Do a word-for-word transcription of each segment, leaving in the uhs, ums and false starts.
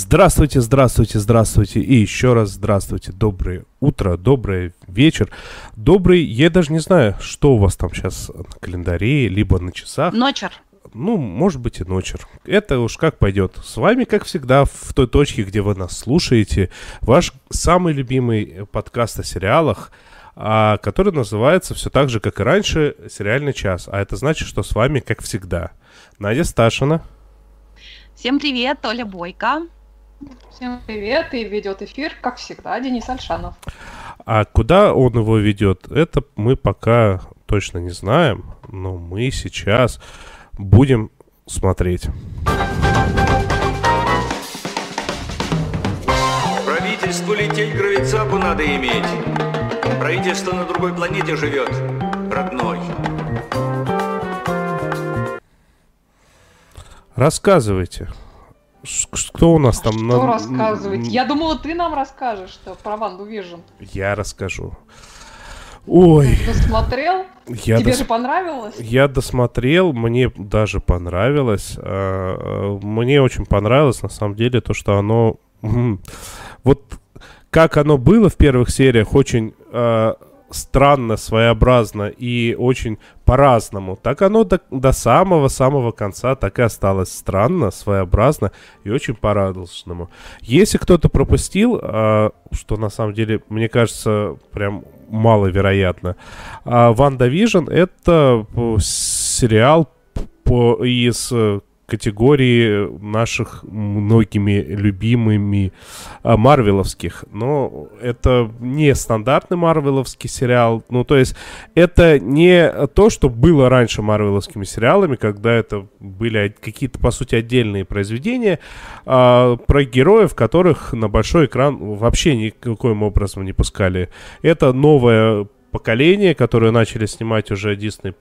Здравствуйте, здравствуйте, здравствуйте и еще раз здравствуйте. Доброе утро, добрый вечер, добрый, я даже не знаю, что у вас там сейчас на календаре, либо на часах. Ночер. Ну, может быть и ночер. Это уж как пойдет. С вами, как всегда, в той точке, где вы нас слушаете, ваш самый любимый подкаст о сериалах, а, который называется все так же, как и раньше, «Сериальный час». А это значит, что с вами, как всегда, Надя Сташина. Всем привет, Оля Бойко. Всем привет, и ведет эфир, как всегда, Денис Альшанов. А куда он его ведет, это мы пока точно не знаем, но мы сейчас будем смотреть. Правительству лететь гравицапу надо иметь. Правительство на другой планете живет, родной. Рассказывайте. Кто у нас А там? Что на... рассказывать? Я думала, ты нам расскажешь, что про Ванду Вижн. Я расскажу. Ой. Ты досмотрел? Я Тебе дос... же понравилось? Я досмотрел, мне даже понравилось. Мне очень понравилось, на самом деле, то, что оно... Вот как оно было в первых сериях, очень... странно, своеобразно и очень по-разному. Так оно до, до самого-самого конца так и осталось странно, своеобразно и очень по-разному. Если кто-то пропустил, а, что на самом деле, мне кажется, прям маловероятно, а «Ванда Вижн» — это сериал по, из категории наших многими любимыми а, марвеловских. Но это не стандартный марвеловский сериал. Ну, то есть, это не то, что было раньше марвеловскими сериалами, когда это были какие-то, по сути, отдельные произведения а, про героев, которых на большой экран вообще никаким образом не пускали. Это новое поколение, которое начали снимать уже Disney+.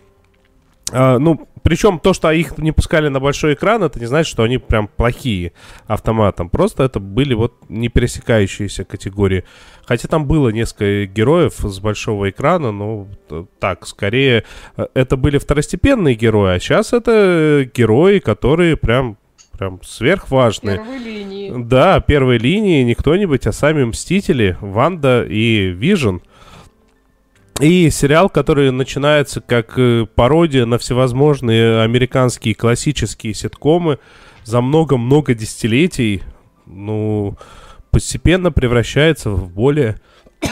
Uh, ну, причем то, что их не пускали на большой экран, это не значит, что они прям плохие автоматом. Просто это были вот не пересекающиеся категории. Хотя там было несколько героев с большого экрана, но так, скорее, это были второстепенные герои, а сейчас это герои, которые прям... Прям сверхважные. Первой линии. Да, первой линии, не кто-нибудь, а сами Мстители, Ванда и Вижн. И сериал, который начинается как пародия на всевозможные американские классические ситкомы за много-много десятилетий, ну, постепенно превращается в более...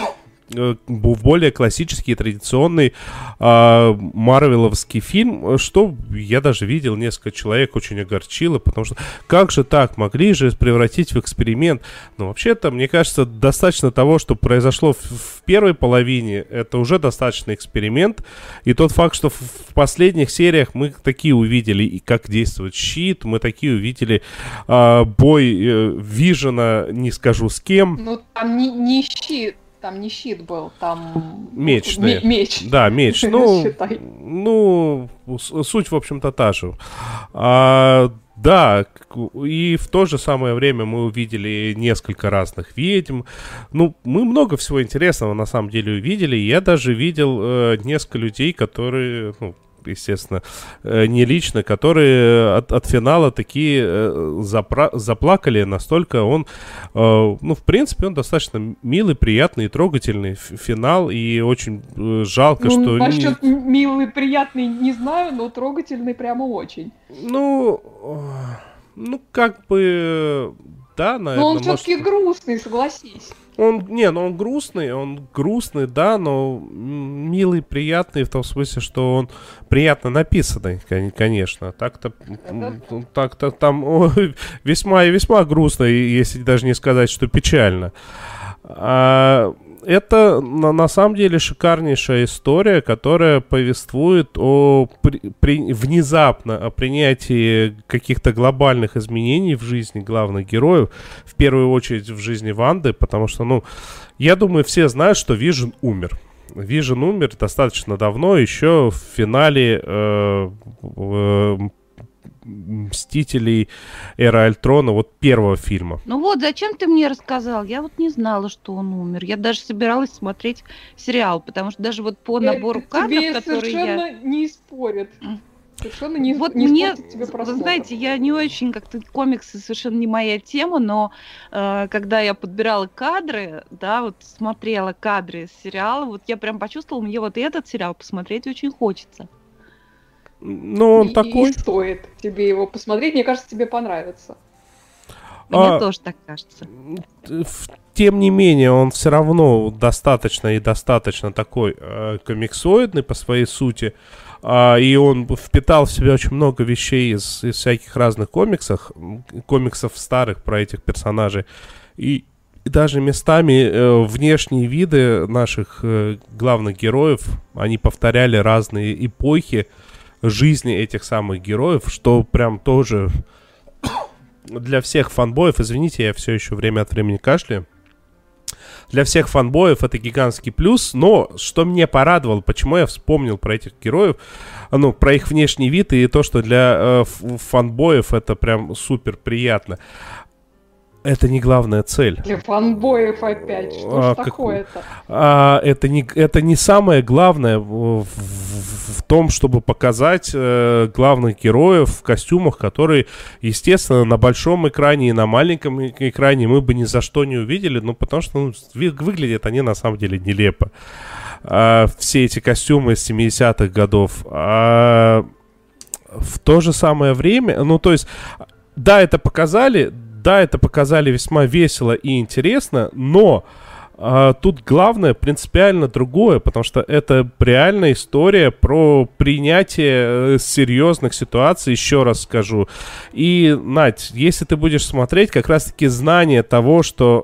в более классический, традиционный а, марвеловский фильм, что я даже видел, несколько человек очень огорчило, потому что как же так, могли же превратить в эксперимент. Но вообще-то, мне кажется, достаточно того, что произошло в, в первой половине, это уже достаточно эксперимент, и тот факт, что в, в последних сериях мы такие увидели, и как действует щит, мы такие увидели а, бой э, Вижена, не скажу с кем. Ну, там не, не щит. Там не щит был, там... Меч. М- меч. Да, меч. Ну, ну, суть, в общем-то, та же. А, да, и в то же самое время мы увидели несколько разных ведьм. Ну, мы много всего интересного, на самом деле, увидели. Я даже видел э, несколько людей, которые... Ну, естественно, не лично, которые от, от финала такие э, запра- заплакали, настолько он, э, ну, в принципе, он достаточно милый, приятный и трогательный ф- финал, и очень э, жалко, ну, что... Насчет не... милый, приятный не знаю, но трогательный прямо очень. Ну, ну, как бы, да, наверное, но он может... все-таки грустный, согласись. Он, не, ну он грустный, он грустный, да, но милый, приятный в том смысле, что он приятно написанный, конечно. Так-то, так-то там о, весьма и весьма грустно, если даже не сказать, что печально. А, это на, на самом деле шикарнейшая история, которая повествует о при, при, внезапно о принятии каких-то глобальных изменений в жизни главных героев, в первую очередь в жизни Ванды, потому что, ну, я думаю, все знают, что Вижн умер. Вижн умер достаточно давно, еще в финале э, э, Мстителей Эра Альтрона, вот первого фильма. Ну вот, зачем ты мне рассказал? Я вот не знала, что он умер. Я даже собиралась смотреть сериал, потому что даже вот по набору кадров, тебе которые совершенно я... не спорят. Совершенно не, Вот не мне, испортит тебе вы просмотр. знаете, я не очень, как-то комиксы совершенно не моя тема, но э, когда я подбирала кадры, да, вот смотрела кадры из сериала, вот я прям почувствовала, мне вот этот сериал посмотреть очень хочется. Ну, он И, такой. и стоит тебе его посмотреть, мне кажется, тебе понравится. Мне А, тоже так кажется. в- Тем не менее, он все равно достаточно и достаточно такой э, комиксоидный по своей сути. А, и он впитал в себя очень много вещей из, из всяких разных комиксов, м, комиксов старых про этих персонажей. И, и даже местами э, внешние виды наших э, главных героев, они повторяли разные эпохи жизни этих самых героев, что прям тоже для всех фанбоев, извините, я все еще время от времени кашляю, для всех фанбоев это гигантский плюс, но что меня порадовало, почему я вспомнил про этих героев, ну, про их внешний вид и то, что для э, ф- фанбоев это прям супер приятно. Это не главная цель. Для фанбоев опять. Что А, ж как- такое-то? А, это, не, это не самое главное в, в- в том, чтобы показать э, главных героев в костюмах, которые, естественно, на большом экране и на маленьком э- экране мы бы ни за что не увидели, ну, потому что ну, вы- выглядят они на самом деле нелепо. А, все эти костюмы из семидесятых годов. А в то же самое время, ну, то есть, да, это показали, да, это показали весьма весело и интересно, но а, тут главное принципиально другое, потому что это реальная история про принятие э, серьезных ситуаций, еще раз скажу. И, Надь, если ты будешь смотреть, как раз-таки знание того, что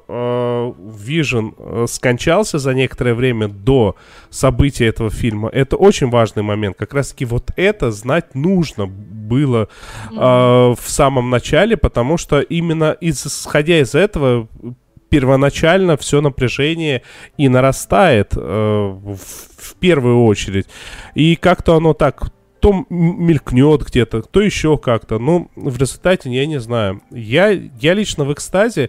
Вижн э, скончался за некоторое время до события этого фильма, это очень важный момент. Как раз-таки вот это знать нужно было э, в самом начале, потому что именно исходя из этого первоначально все напряжение и нарастает э, в, в первую очередь. И как-то оно так то м- мелькнет где-то, то еще как-то. Ну, в результате я не знаю. Я, я лично в экстазе,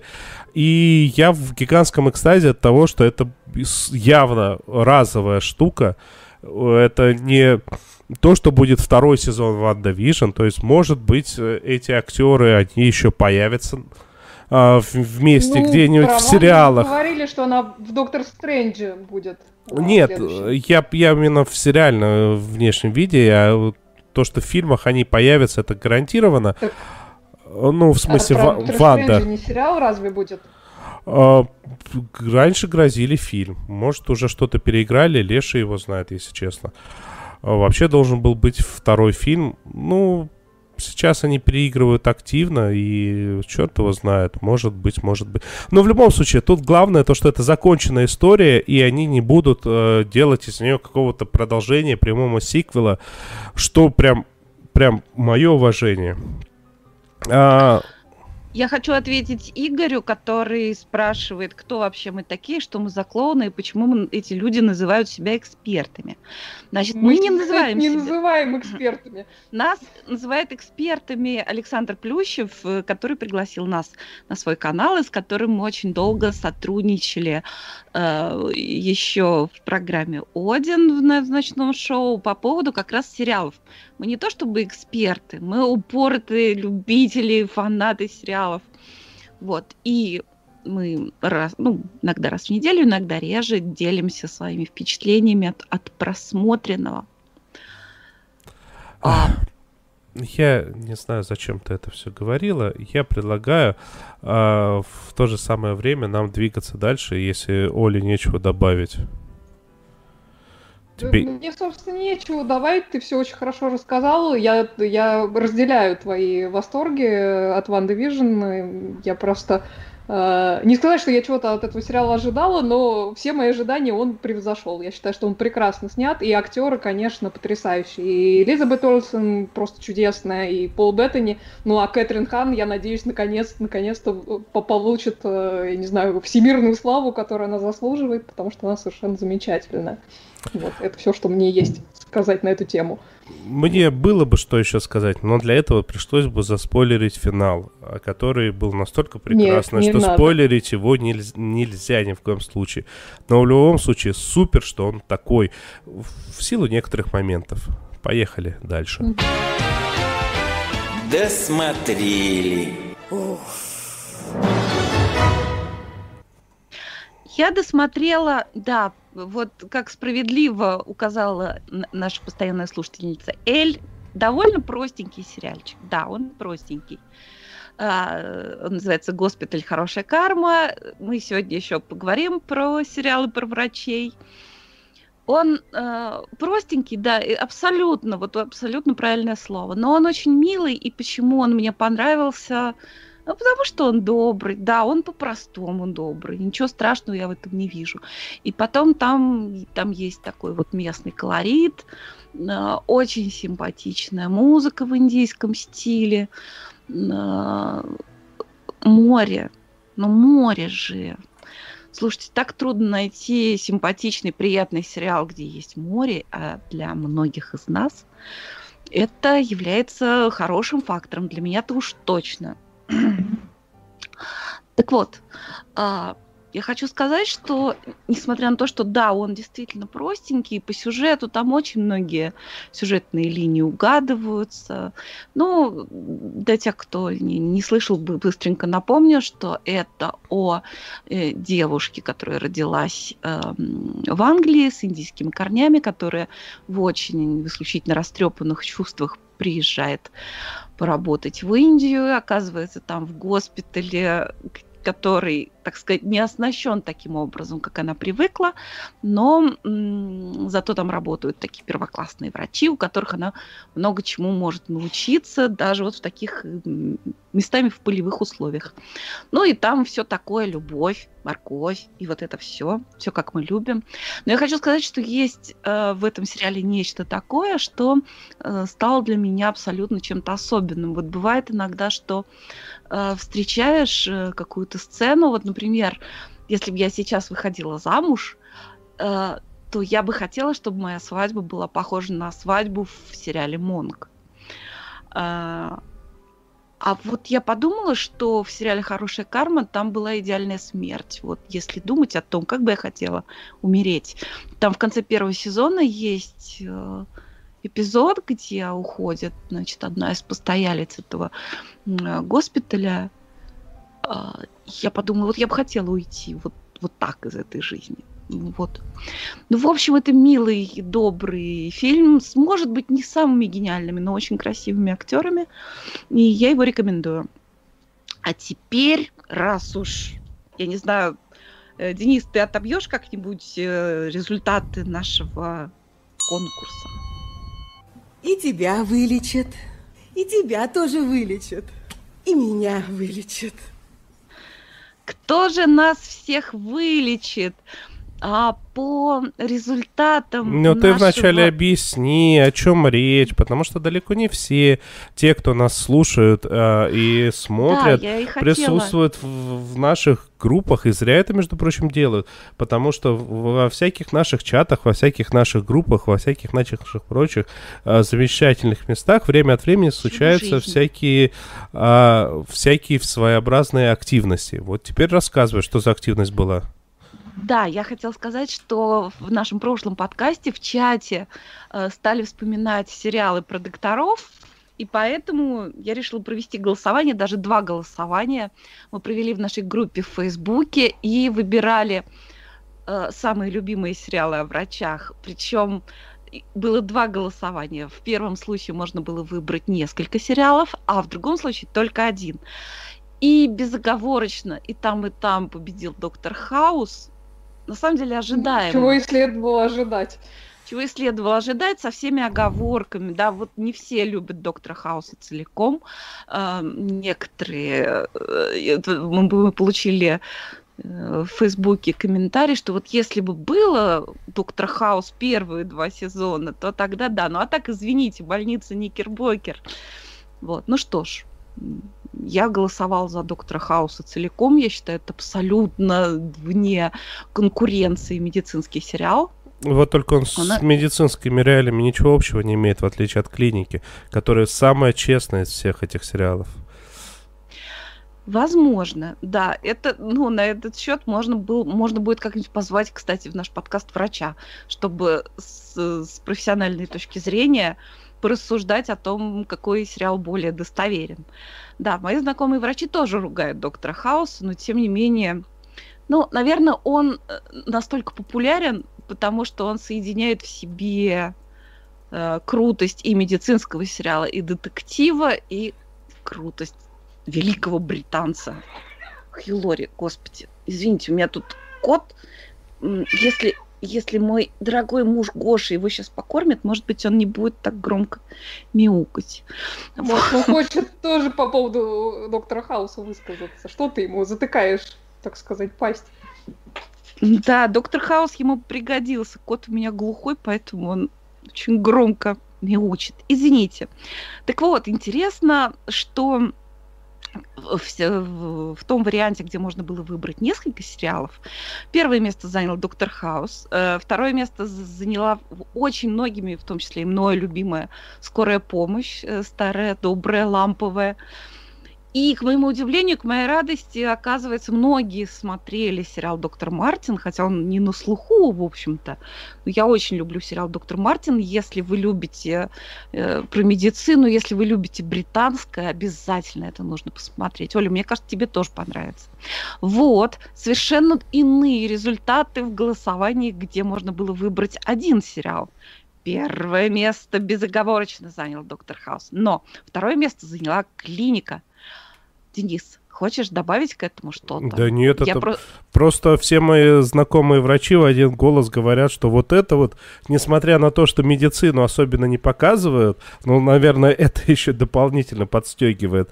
и я в гигантском экстазе от того, что это с- явно разовая штука. Это не то, что будет второй сезон WandaVision. То есть, может быть, э, эти актеры, они еще появятся а, в- вместе Ну, где-нибудь про в Ванду сериалах. говорили, что она в Доктор Стрэнджи будет. а, Нет, следующем. я, я именно в сериальном внешнем виде, а вот то, что в фильмах они появятся, это гарантированно. Так- Ну, в смысле, а про Ва- Доктор Ванда. Стрэнджа не сериал разве будет? А, раньше грозили фильм. Может, уже что-то переиграли, Леша его знает, если честно. А, вообще должен был быть второй фильм. Ну, сейчас они переигрывают активно, и черт его знает, может быть, может быть. Но в любом случае, тут главное то, что это законченная история, и они не будут э, делать из нее какого-то продолжения, прямого сиквела, что прям, прям мое уважение. А, Я хочу ответить Игорю, который спрашивает, кто вообще мы такие, что мы за клоуны и почему мы- эти люди называют себя экспертами. Значит, мы, не кстати, называем не себя. называем экспертами. Нас называет экспертами Александр Плющев, э, который пригласил нас на свой канал, и с которым мы очень долго сотрудничали э, еще в программе «Один» в на- в ночном шоу по поводу как раз сериалов. Мы не то чтобы эксперты, мы упоротые любители, фанаты сериалов. Вот. И мы раз, ну, иногда раз в неделю, иногда реже делимся своими впечатлениями от, от просмотренного. А, Я не знаю, зачем ты это все говорила. Я предлагаю а, в то же самое время нам двигаться дальше, если Оле нечего добавить. Да, Тебе- Мне, собственно, нечего добавить, ты все очень хорошо рассказал. Я, я разделяю твои восторги от Ванды Вижн. Я просто... э, не сказать, что я чего-то от этого сериала ожидала, но все мои ожидания он превзошел. Я считаю, что он прекрасно снят, и актеры, конечно, потрясающие. И Элизабет Олсен просто чудесная, и Пол Беттани. Ну, а Кэтрин Хан, я надеюсь, наконец, наконец-то по- получит, э, я не знаю, всемирную славу, которую она заслуживает, потому что она совершенно замечательная. Вот, это все, что мне есть сказать на эту тему. Мне было бы что еще сказать, но для этого пришлось бы заспойлерить финал, а который был настолько прекрасный, не что надо. спойлерить его нельз- нельзя ни в коем случае. Но в любом случае супер, что он такой, в силу некоторых моментов. Поехали дальше. Досмотрели. Я досмотрела, да, вот как справедливо указала наша постоянная слушательница Эль, довольно простенький сериальчик. Да, он простенький. Он называется «Госпиталь. Хорошая карма». Мы сегодня еще поговорим про сериалы про врачей. Он э, простенький, да, абсолютно, вот абсолютно правильное слово. Но он очень милый, и почему он мне понравился? Ну, потому что он добрый, да, он по-простому добрый, ничего страшного я в этом не вижу. И потом там, там есть такой вот местный колорит, э, очень симпатичная музыка в индийском стиле, э, море, ну море же. Слушайте, так трудно найти симпатичный, приятный сериал, где есть море, а для многих из нас это является хорошим фактором. Для меня-то уж точно. Так вот, я хочу сказать, что, несмотря на то, что да, он действительно простенький, по сюжету там очень многие сюжетные линии угадываются. Ну, для тех, кто не, не слышал, быстренько напомню, что это о э, девушке, которая родилась э, в Англии с индийскими корнями, которая в очень исключительно растрепанных чувствах приезжает поработать в Индию, оказывается там в госпитале, который, так сказать, не оснащен таким образом, как она привыкла, но м- зато там работают такие первоклассные врачи, у которых она много чему может научиться, даже вот в таких м- местами в полевых условиях. Ну и там все такое, любовь, морковь, и вот это все, все как мы любим. Но я хочу сказать, что есть э, в этом сериале нечто такое, что э, стало для меня абсолютно чем-то особенным. Вот бывает иногда, что э, встречаешь э, какую-то сцену, вот, например, если бы я сейчас выходила замуж, э, то я бы хотела, чтобы моя свадьба была похожа на свадьбу в сериале «Монк». Э, А вот я подумала, что в сериале «Хорошая карма» там была идеальная смерть. Вот если думать о том, как бы я хотела умереть. Там в конце первого сезона есть э, эпизод, где уходит, значит, одна из постоялиц этого э, госпиталя. Э, я подумала, вот я бы хотела уйти вот, вот так из этой жизни. Вот. Ну, в общем, это милый, добрый фильм с, может быть, не самыми гениальными, но очень красивыми актерами. И я его рекомендую. А теперь, раз уж, я не знаю, э, Денис, ты отобьешь как-нибудь э, результаты нашего конкурса? И тебя вылечат, и тебя тоже вылечат, и меня вылечат. Кто же нас всех вылечит? А по результатам Ну, нашего... ты вначале объясни, о чем речь, потому что далеко не все те, кто нас слушают э, и смотрят, Да, я и хотела. присутствуют в, в наших группах, и зря это, между прочим, делают, потому что во всяких наших чатах, во всяких наших группах, во всяких наших прочих э, замечательных местах время от времени случаются всякие, э, всякие своеобразные активности. Вот теперь рассказывай, что за активность была. Да, я хотела сказать, что в нашем прошлом подкасте в чате э, стали вспоминать сериалы про докторов, и поэтому я решила провести голосование, даже два голосования. Мы провели в нашей группе в Фейсбуке и выбирали э, самые любимые сериалы о врачах. Причем было два голосования. В первом случае можно было выбрать несколько сериалов, а в другом случае только один. И безоговорочно и там, и там победил Доктор Хаус. На самом деле ожидаемо. Чего и следовало ожидать. Чего и следовало ожидать со всеми оговорками. Да, вот не все любят Доктора Хауса целиком. Э, некоторые... Э, мы получили э, в Фейсбуке комментарий, что вот если бы было Доктор Хаус первые два сезона, то тогда да. Ну а так, извините, больница Никербокер. Вот, ну что ж. Я голосовала за Доктора Хауса целиком. Я считаю, это абсолютно вне конкуренции медицинский сериал. Вот только он Она... с медицинскими реалиями ничего общего не имеет, в отличие от клиники, которая самая честная из всех этих сериалов. Возможно, да. Это, ну, на этот счет можно, был, можно будет как-нибудь позвать, кстати, в наш подкаст врача, чтобы с, с профессиональной точки зрения порассуждать о том, какой сериал более достоверен. Да, мои знакомые врачи тоже ругают доктора Хауса, но тем не менее, ну, наверное, он настолько популярен, потому что он соединяет в себе э, крутость и медицинского сериала, и детектива, и крутость великого британца Хью Лори. Господи, извините, у меня тут кот. Если, если мой дорогой муж Гоша его сейчас покормит, может быть, он не будет так громко мяукать. Может, он хочет тоже по поводу доктора Хауса высказаться. Что ты ему затыкаешь, так сказать, пасть? Да, доктор Хаус ему пригодился. Кот у меня глухой, поэтому он очень громко мяучит. Извините. Так вот, интересно, что В, в, в том варианте, где можно было выбрать несколько сериалов, первое место занял «Доктор Хаус», э, второе место заняла очень многими, в том числе и мной, любимая «Скорая помощь», э, старая, добрая, ламповая. И, к моему удивлению, к моей радости, оказывается, многие смотрели сериал «Доктор Мартин», хотя он не на слуху, в общем-то. Но я очень люблю сериал «Доктор Мартин». Если вы любите э, про медицину, если вы любите британское, обязательно это нужно посмотреть. Оля, мне кажется, тебе тоже понравится. Вот, совершенно иные результаты в голосовании, где можно было выбрать один сериал. Первое место безоговорочно занял «Доктор Хаус». Но второе место заняла «Клиника». Денис, хочешь добавить к этому что-то? Да нет, Я это про... просто все мои знакомые врачи в один голос говорят, что вот это вот, несмотря на то, что медицину особенно не показывают, ну, наверное, это еще дополнительно подстегивает,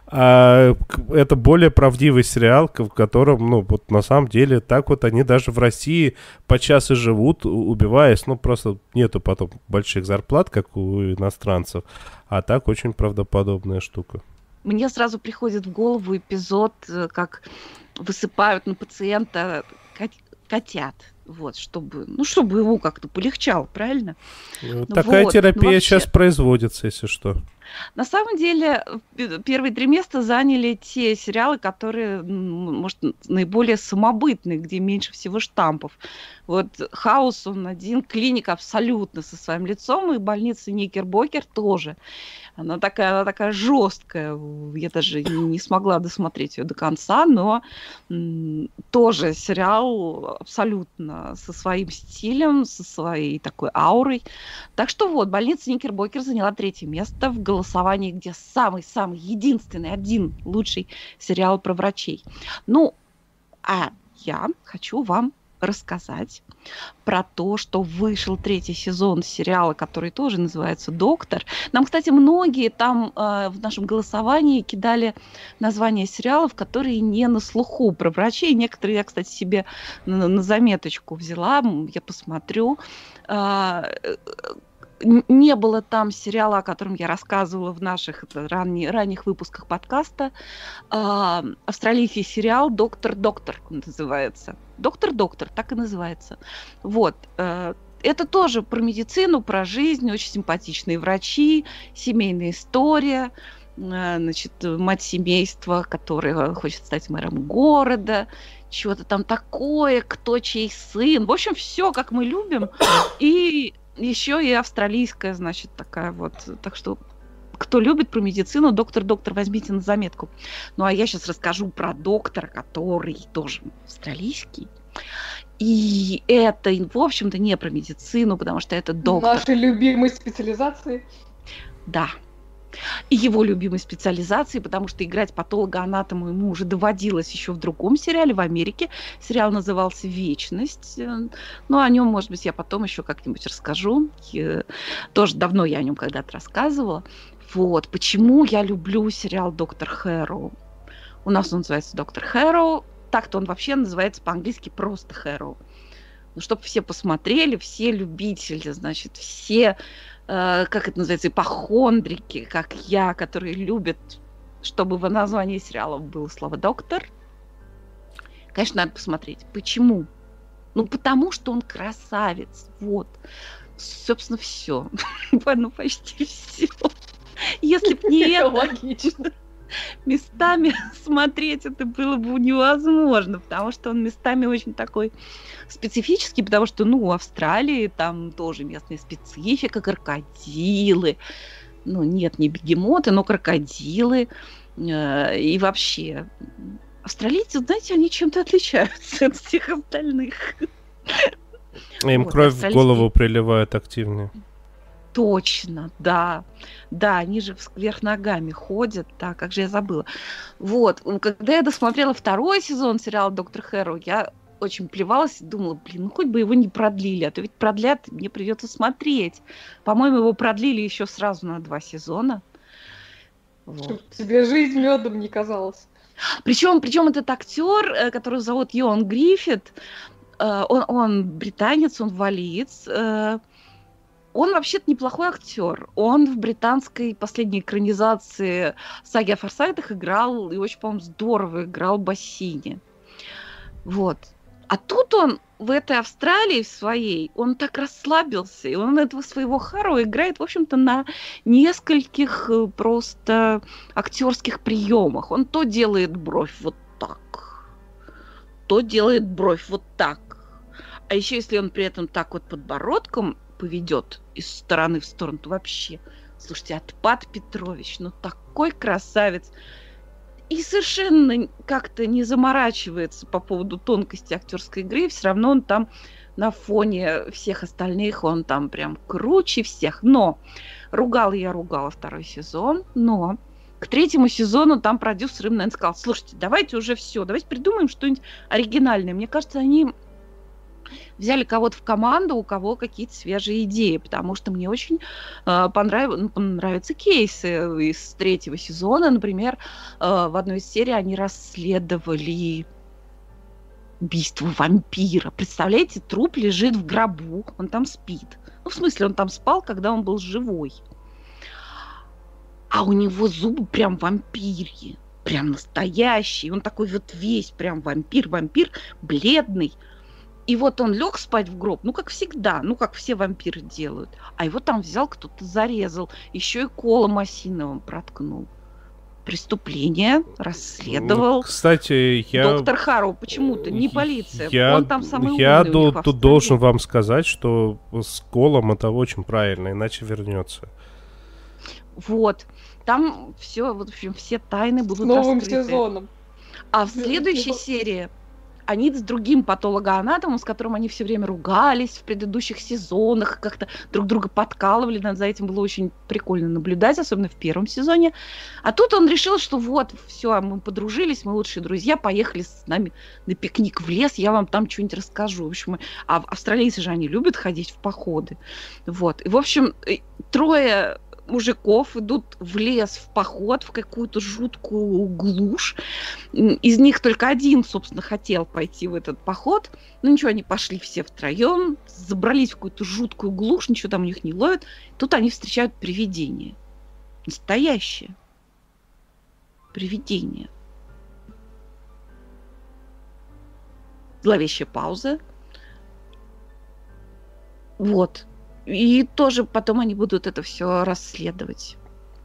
а это более правдивый сериал, в котором, ну, вот на самом деле, так вот они даже в России подчас и живут, убиваясь, ну, просто нету потом больших зарплат, как у иностранцев, а так очень правдоподобная штука. Мне сразу приходит в голову эпизод, как высыпают на пациента котят, вот, чтобы, ну, чтобы его как-то полегчало, правильно? Такая вот. терапия ну, вообще, сейчас производится, если что. На самом деле, первые три места заняли те сериалы, которые, может, наиболее самобытные, где меньше всего штампов. Вот «Хаус», он один, «Клиника» абсолютно со своим лицом, и «Больница Никербокер» тоже. Она такая, она такая жесткая. Я даже не смогла досмотреть ее до конца, но м, тоже сериал абсолютно со своим стилем, со своей такой аурой. Так что вот, «Больница Никербокер» заняла третье место в голосовании, где самый-самый единственный, один лучший сериал про врачей. Ну, а я хочу вам рассказать про то, что вышел третий сезон сериала, который тоже называется «Доктор». Нам, кстати, многие там э, в нашем голосовании кидали названия сериалов, которые не на слуху про врачей. Некоторые я, кстати, себе на, на заметочку взяла, я посмотрю. Э, Не было там сериала, о котором я рассказывала в наших ранних, ранних выпусках подкаста. Э, австралийский сериал «Доктор, доктор» называется. «Доктор, доктор», так и называется. Вот. Э, это тоже про медицину, про жизнь, очень симпатичные врачи, семейная история. Э, значит, мать семейства, которая хочет стать мэром города. Чего-то там такое, кто чей сын. В общем, все, как мы любим. И еще и австралийская, значит, такая вот. Так что, кто любит про медицину, «Доктор, доктор», возьмите на заметку. Ну, а я сейчас расскажу про доктора, который тоже австралийский. И это, в общем-то, не про медицину, потому что это доктор. Наши любимые специализации. Да. И его любимой специализации, потому что играть патолога-анатома ему уже доводилось еще в другом сериале в Америке. Сериал назывался «Вечность». Ну, о нем, может быть, я потом еще как-нибудь расскажу. И тоже давно я о нем когда-то рассказывала. Вот. Почему я люблю сериал «Доктор Хэроу». У нас он называется «Доктор Хэроу». Так-то он вообще называется по-английски просто «Хэроу». Ну, чтобы все посмотрели, все любители, значит, все... как это называется, ипохондрики, как я, которые любят, чтобы в названии сериала было слово «доктор». Конечно, надо посмотреть. Почему? Ну, потому что он красавец. Вот. Собственно, все. Ну, почти все. Если б не это... Логично. местами смотреть это было бы невозможно, потому что он местами очень такой специфический, потому что, ну, в Австралии там тоже местная специфика, крокодилы, ну, нет, не бегемоты, но крокодилы, э, и вообще австралийцы, знаете, они чем-то отличаются от всех остальных. Им Вот, кровь в австралийские- голову приливает активнее. Точно, да. Да, они же вверх ногами ходят, да, как же я забыла. Вот, когда я досмотрела второй сезон сериала «Доктор Хэрроу», я очень плевалась и думала, блин, ну хоть бы его не продлили, а то ведь продлят, мне придется смотреть. По-моему, его продлили еще сразу на два сезона. Чтоб Вот. тебе жизнь медом не казалась. Причем, причем этот актер, э, которого зовут Йоан Гриффит, э, он, он британец, он валиец. э, Он вообще-то неплохой актер. Он в британской последней экранизации саги о Форсайтах играл, и очень, по-моему, здорово играл Бассини. Вот. А тут он в этой Австралии в своей, он так расслабился, и он этого своего Харроу играет, в общем-то, на нескольких э, просто актерских приемах. Он то делает бровь вот так, то делает бровь вот так. А еще если он при этом так вот подбородком поведет из стороны в сторону, то вообще, слушайте, Отпад Петрович, ну такой красавец. И совершенно как-то не заморачивается по поводу тонкости актерской игры, все равно он там на фоне всех остальных, он там прям круче всех. Но ругала я, ругала второй сезон, но к третьему сезону там продюсер им, наверное, сказал, слушайте, давайте уже все, давайте придумаем что-нибудь оригинальное. Мне кажется, они взяли кого-то в команду, у кого какие-то свежие идеи, потому что мне очень э, понрав... ну, понравятся кейсы из третьего сезона. Например, э, в одной из серий они расследовали убийство вампира. Представляете, труп лежит в гробу, он там спит. Ну, в смысле, он там спал, когда он был живой. А у него зубы прям вампирьи, прям настоящие. Он такой вот весь прям вампир, вампир, бледный. И вот он лег спать в гроб, ну, как всегда, ну, как все вампиры делают. А его там взял, кто-то зарезал, еще и колом осиновым проткнул. Преступление расследовал. Кстати, я... Доктор Харроу, почему-то, не полиция. Я, Он там самый я умный у ду- них в тут Австралии. должен вам сказать, что с колом это очень правильно, иначе вернется. Вот. Там все, в общем, все тайны С будут новым раскрыты. сезоном. А в следующей серии они с другим патологоанатомом, с которым они все время ругались в предыдущих сезонах, как-то друг друга подкалывали, над за этим было очень прикольно наблюдать, особенно в первом сезоне. А тут он решил, что вот, все, мы подружились, мы лучшие друзья, поехали с нами на пикник в лес, я вам там что-нибудь расскажу. В общем, а австралийцы же, они любят ходить в походы. Вот. И, в общем, трое мужиков идут в лес, в поход, в какую-то жуткую глушь. Из них только один, собственно, хотел пойти в этот поход. Ну ничего, они пошли все втроем, забрались в какую-то жуткую глушь, ничего там у них не ловят. Тут они встречают привидение. Настоящее. Привидение. Зловещая пауза. Вот. И тоже потом они будут это все расследовать.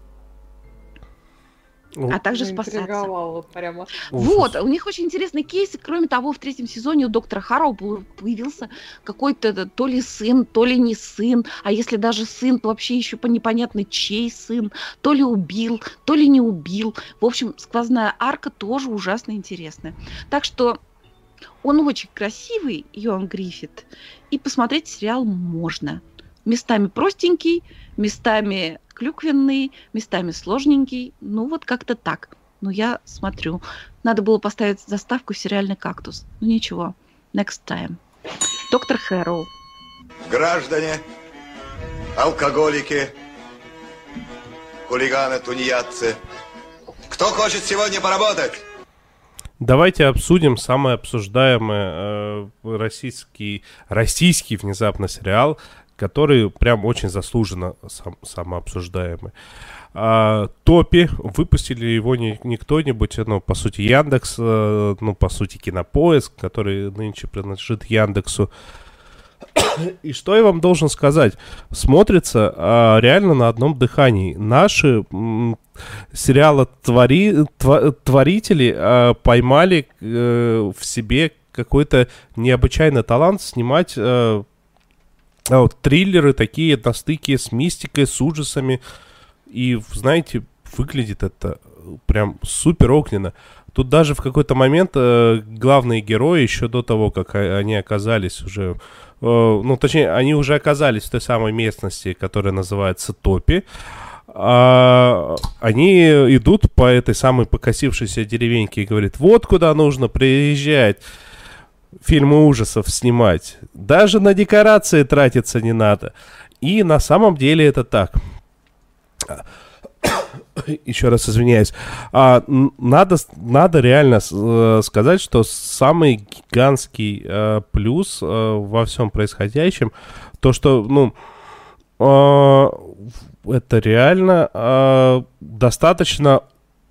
А также спасаться. Заинтриговала прямо. Вот, у них очень интересный кейс. И, кроме того, в третьем сезоне у доктора Харроу появился какой-то то ли сын, то ли не сын. А если даже сын, то вообще еще непонятно, чей сын. То ли убил, то ли не убил. В общем, сквозная арка тоже ужасно интересная. Так что он очень красивый, Йоан Гриффит. И посмотреть сериал можно. Местами простенький, местами клюквенный, местами сложненький. Ну, вот как-то так. Но я смотрю. Надо было поставить заставку «Сериальный кактус». Ну, ничего. Next time. Доктор Хэрроу. Граждане, алкоголики, хулиганы, тунеядцы. Кто хочет сегодня поработать? Давайте обсудим самый обсуждаемый э, российский, российский внезапно сериал, который прям очень заслуженно сам, самообсуждаемый. А, Топи, выпустили его не, не кто-нибудь, ну, по сути, Яндекс, ну, по сути, Кинопоиск, который нынче принадлежит Яндексу. И что я вам должен сказать? Смотрится а, реально на одном дыхании. Наши м, сериалотвори, тва, творители а, поймали а, в себе какой-то необычайный талант снимать а, а, вот, триллеры такие на стыке с мистикой, с ужасами. И, знаете, выглядит это прям супер огненно. Тут даже в какой-то момент э, главные герои, еще до того, как они оказались уже... Э, ну, точнее, они уже оказались в той самой местности, которая называется Топи. А, они идут по этой самой покосившейся деревеньке и говорят, вот куда нужно приезжать фильмы ужасов снимать. Даже на декорации тратиться не надо. И на самом деле это так. Еще раз извиняюсь. А, надо, надо реально э, сказать, что самый гигантский э, плюс э, во всем происходящем, то, что, ну, э, это реально э, достаточно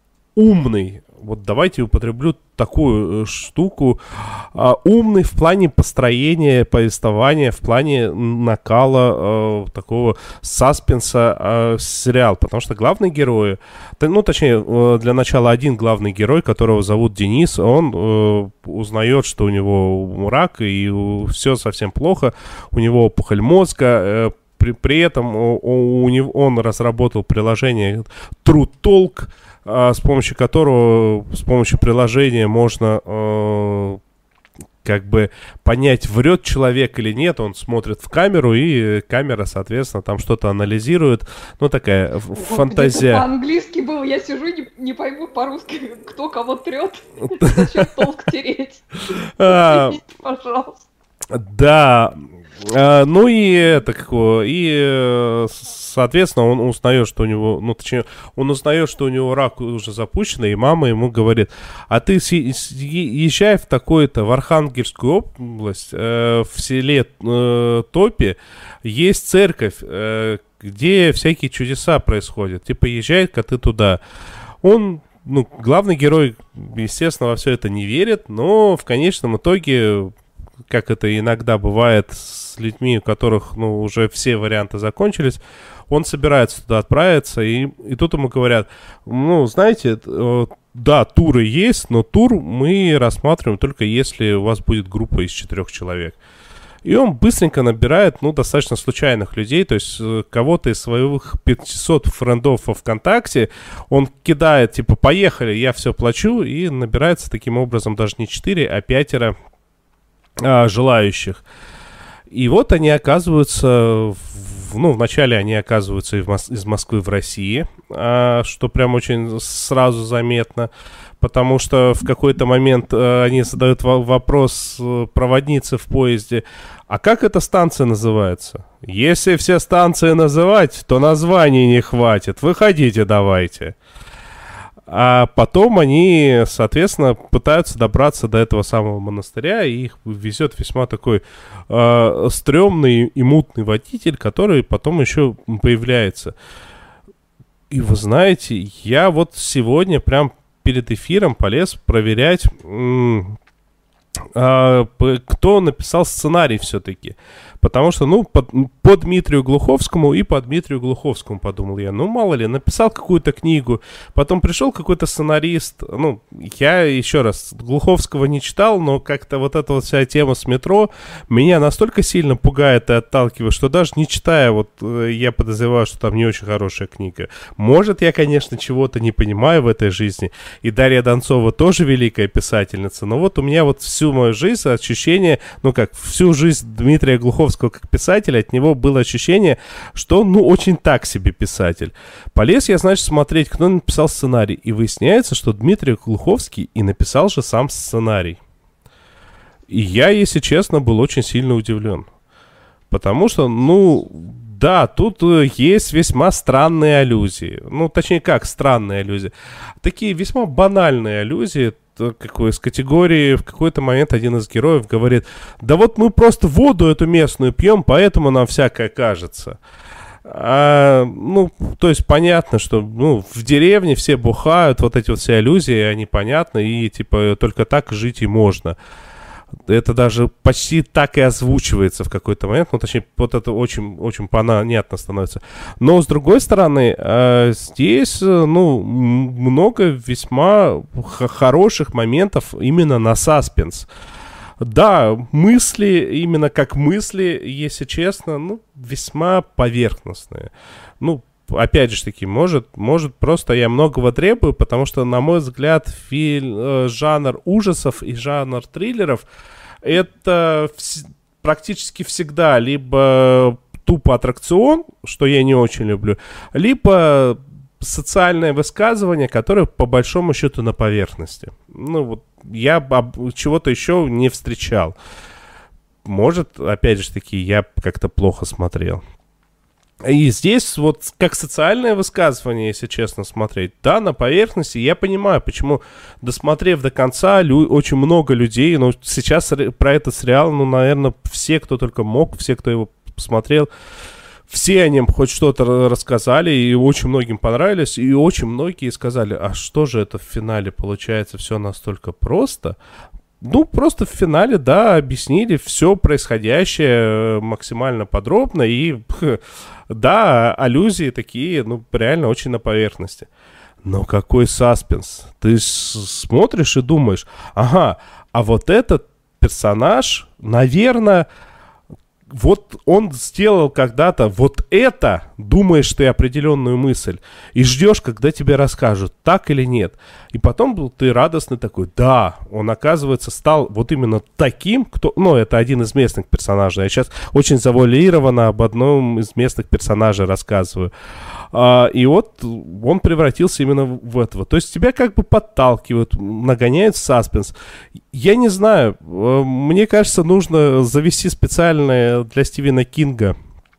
умный. Вот давайте употреблю такую э, штуку. Э, умный в плане построения повествования, в плане накала э, такого саспенса э, сериал. Потому что главные герои, ну, точнее, э, для начала один главный герой, которого зовут Денис, он э, узнает, что у него рак, и все совсем плохо. У него опухоль мозга. Э, при, при этом у, у него, он разработал приложение True Talk, с помощью которого, с помощью приложения можно э, как бы понять, врет человек или нет. Он смотрит в камеру, и камера, соответственно, там что-то анализирует. Ну, такая фантазия. По-английски было, я сижу и не, не пойму по-русски, кто кого трет. Зачем толк тереть? Пожалуйста. Да. А, ну и это какого, и соответственно он узнает, что у него, ну точнее, он узнает, что у него рак уже запущен, и мама ему говорит, а ты езжай в такой-то, в Архангельскую область, э, в селе э, Топи, есть церковь, э, где всякие чудеса происходят, типа езжай-ка ты туда. Он, ну, главный герой, естественно, во все это не верит, но в конечном итоге, как это иногда бывает с людьми, у которых, ну, уже все варианты закончились, он собирается туда отправиться, и, и тут ему говорят, ну, знаете, э, да, туры есть, но тур мы рассматриваем только если у вас будет группа из четырех человек. И он быстренько набирает, ну, достаточно случайных людей, то есть э, кого-то из своих пятисот френдов во ВКонтакте он кидает, типа, поехали, я все плачу, и набирается таким образом даже не четыре, а пятеро А, желающих. И вот они оказываются, в, ну, вначале они оказываются из, Мос- из Москвы в России, а, что прям очень сразу заметно, потому что в какой-то момент а, они задают в- вопрос проводнице в поезде, а как эта станция называется? Если все станции называть, то названий не хватит, выходите давайте. А потом они, соответственно, пытаются добраться до этого самого монастыря, и их везет весьма такой э, стрёмный и мутный водитель, который потом еще появляется. И вы знаете, я вот сегодня прям перед эфиром полез проверять, м- э, кто написал сценарий все-таки. Потому что, ну, по, по Дмитрию Глуховскому и по Дмитрию Глуховскому, подумал я. Ну, мало ли, написал какую-то книгу, потом пришел какой-то сценарист. Ну, я, еще раз, Глуховского не читал, но как-то вот эта вот вся тема с метро меня настолько сильно пугает и отталкивает, что даже не читая, вот, я подозреваю, что там не очень хорошая книга. Может, я, конечно, чего-то не понимаю в этой жизни, и Дарья Донцова тоже великая писательница, но вот у меня вот всю мою жизнь ощущение, ну, как, всю жизнь Дмитрия Глуховского как писателя, от него было ощущение, что он, ну, очень так себе писатель. Полез я, значит, смотреть, кто написал сценарий, и выясняется, что Дмитрий Глуховский и написал же сам сценарий. И я, если честно, был очень сильно удивлен. Потому что, ну, да, тут есть весьма странные аллюзии. Ну, точнее, как странные аллюзии? Такие весьма банальные аллюзии, какой из категории, в какой-то момент один из героев говорит, да вот мы просто воду эту местную пьем, поэтому нам всякое кажется. А, ну, то есть понятно, что, ну, в деревне все бухают, вот эти вот все аллюзии, они понятны, и типа только так жить и можно. Это даже почти так и озвучивается в какой-то момент. Ну, точнее, вот это очень, очень понятно становится. Но, с другой стороны, э, здесь, ну, много весьма х- хороших моментов именно на саспенс. Да, мысли, именно как мысли, если честно, ну, весьма поверхностные. Ну, опять же таки, может, может просто я многого требую, потому что, на мой взгляд, фильм, э, жанр ужасов и жанр триллеров это вс- практически всегда либо тупо аттракцион, что я не очень люблю, либо социальное высказывание, которое по большому счету на поверхности. Ну вот я об- чего-то еще не встречал. Может, опять же таки, я как-то плохо смотрел. И здесь вот как социальное высказывание, если честно смотреть, да, на поверхности, я понимаю, почему, досмотрев до конца, лю- очень много людей, ну, сейчас ре- про этот сериал, ну, наверное, все, кто только мог, все, кто его посмотрел, все о нем хоть что-то р- рассказали, и очень многим понравились, и очень многие сказали, а что же это в финале получается все настолько просто? Ну, просто в финале, да, объяснили все происходящее максимально подробно, и, да, аллюзии такие, ну, реально очень на поверхности. Но какой саспенс? Ты с- смотришь и думаешь, ага, а вот этот персонаж, наверное, вот он сделал когда-то вот это, думаешь ты определенную мысль, и ждешь, когда тебе расскажут, так или нет. И потом ты радостный такой, да, он, оказывается, стал вот именно таким, кто... Ну, это один из местных персонажей. Я сейчас очень завуалированно об одном из местных персонажей рассказываю. А, и вот он превратился именно в этого. То есть тебя как бы подталкивают, нагоняют в саспенс. Я не знаю, мне кажется, нужно завести специальное для Стивена Кинга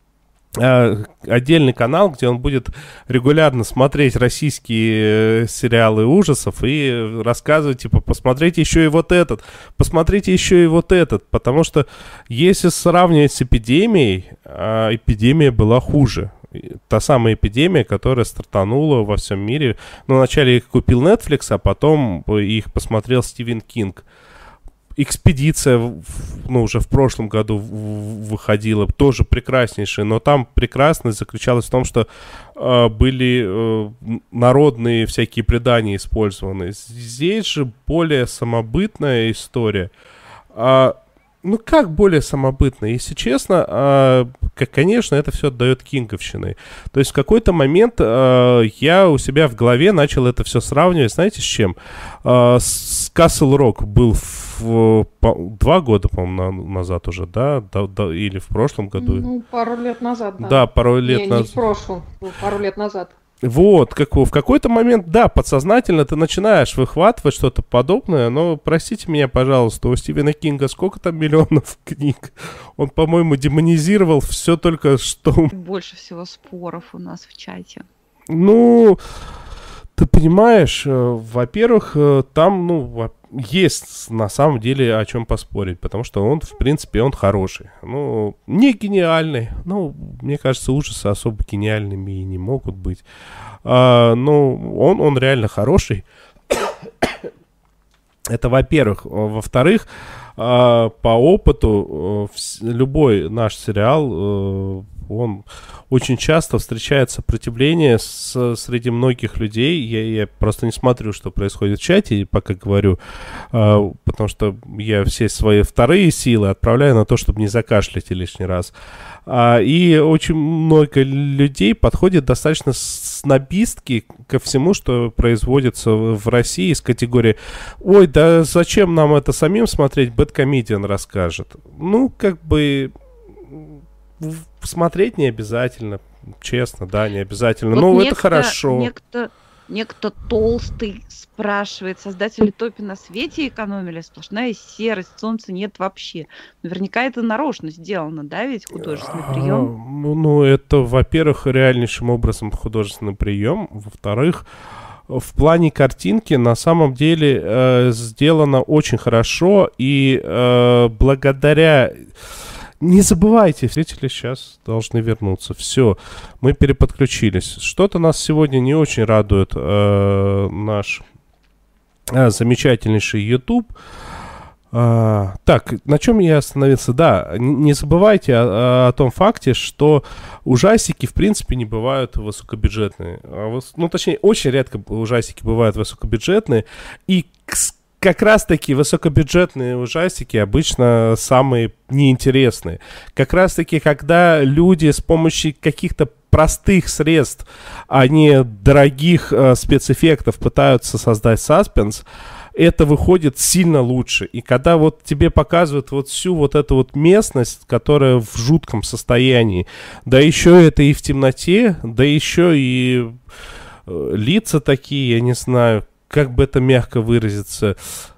э, отдельный канал, где он будет регулярно смотреть российские э, сериалы ужасов и рассказывать, типа, посмотрите еще и вот этот, посмотрите еще и вот этот, потому что если сравнивать с эпидемией, э, эпидемия была хуже. Та самая эпидемия, которая стартанула во всем мире. Ну, вначале их купил Netflix, а потом их посмотрел Стивен Кинг. Экспедиция, ну, уже в прошлом году выходила, тоже прекраснейшая, но там прекрасность заключалась в том, что э, были э, народные всякие предания использованы. Здесь же более самобытная история. А, ну, как более самобытная? Если честно, э, как, конечно, это все отдает кинговщиной. То есть в какой-то момент э, я у себя в голове начал это все сравнивать, знаете, с чем? Э, с Castle Rock был в В, по, два года, по-моему, на, назад уже, да? Да, да? Или в прошлом году? Ну, пару лет назад, да. Да, пару лет не, назад. Не в прошлом, пару лет назад. Вот, как, в какой-то момент, да, подсознательно ты начинаешь выхватывать что-то подобное, но, простите меня, пожалуйста, у Стивена Кинга сколько там миллионов книг? Он, по-моему, демонизировал все только что... Больше всего споров у нас в чате. Ну... Ты понимаешь, во-первых, там, ну, есть на самом деле о чем поспорить, потому что он, в принципе, он хороший. Ну, не гениальный, ну, мне кажется, ужасы особо гениальными и не могут быть. А, ну, он, он реально хороший. Это во-первых. Во-вторых, по опыту, любой наш сериал... он очень часто встречает сопротивление с, среди многих людей. Я, я просто не смотрю, что происходит в чате, пока говорю, э, потому что я все свои вторые силы отправляю на то, чтобы не закашлять лишний раз. А, и очень много людей подходит достаточно снобистски ко всему, что производится в России с категории «Ой, да зачем нам это самим смотреть, Бэдкомедиан расскажет». Ну, как бы... Смотреть не обязательно, честно, да, не обязательно. Вот но некто, это хорошо. Некто, некто толстый спрашивает, создатели Топи на свете экономили, сплошная серость, солнца нет вообще. Наверняка это нарочно сделано, да, ведь художественный прием? А, ну, это, во-первых, реальнейшим образом художественный прием. Во-вторых, в плане картинки на самом деле э, сделано очень хорошо. И э, благодаря... Не забывайте, зрители сейчас должны вернуться. Все, мы переподключились. Что-то нас сегодня не очень радует э, наш э, замечательнейший YouTube. А, так, на чем я остановился? Да, не забывайте о, о том факте, что ужастики, в принципе, не бывают высокобюджетные. Ну, точнее, очень редко ужастики бывают высокобюджетные. И как раз-таки высокобюджетные ужастики обычно самые неинтересные. Как раз-таки, когда люди с помощью каких-то простых средств, а не дорогих э, спецэффектов пытаются создать саспенс, это выходит сильно лучше. И когда вот тебе показывают вот всю вот эту вот местность, которая в жутком состоянии, да еще это и в темноте, да еще и э, лица такие, я не знаю, как бы это мягко выразиться,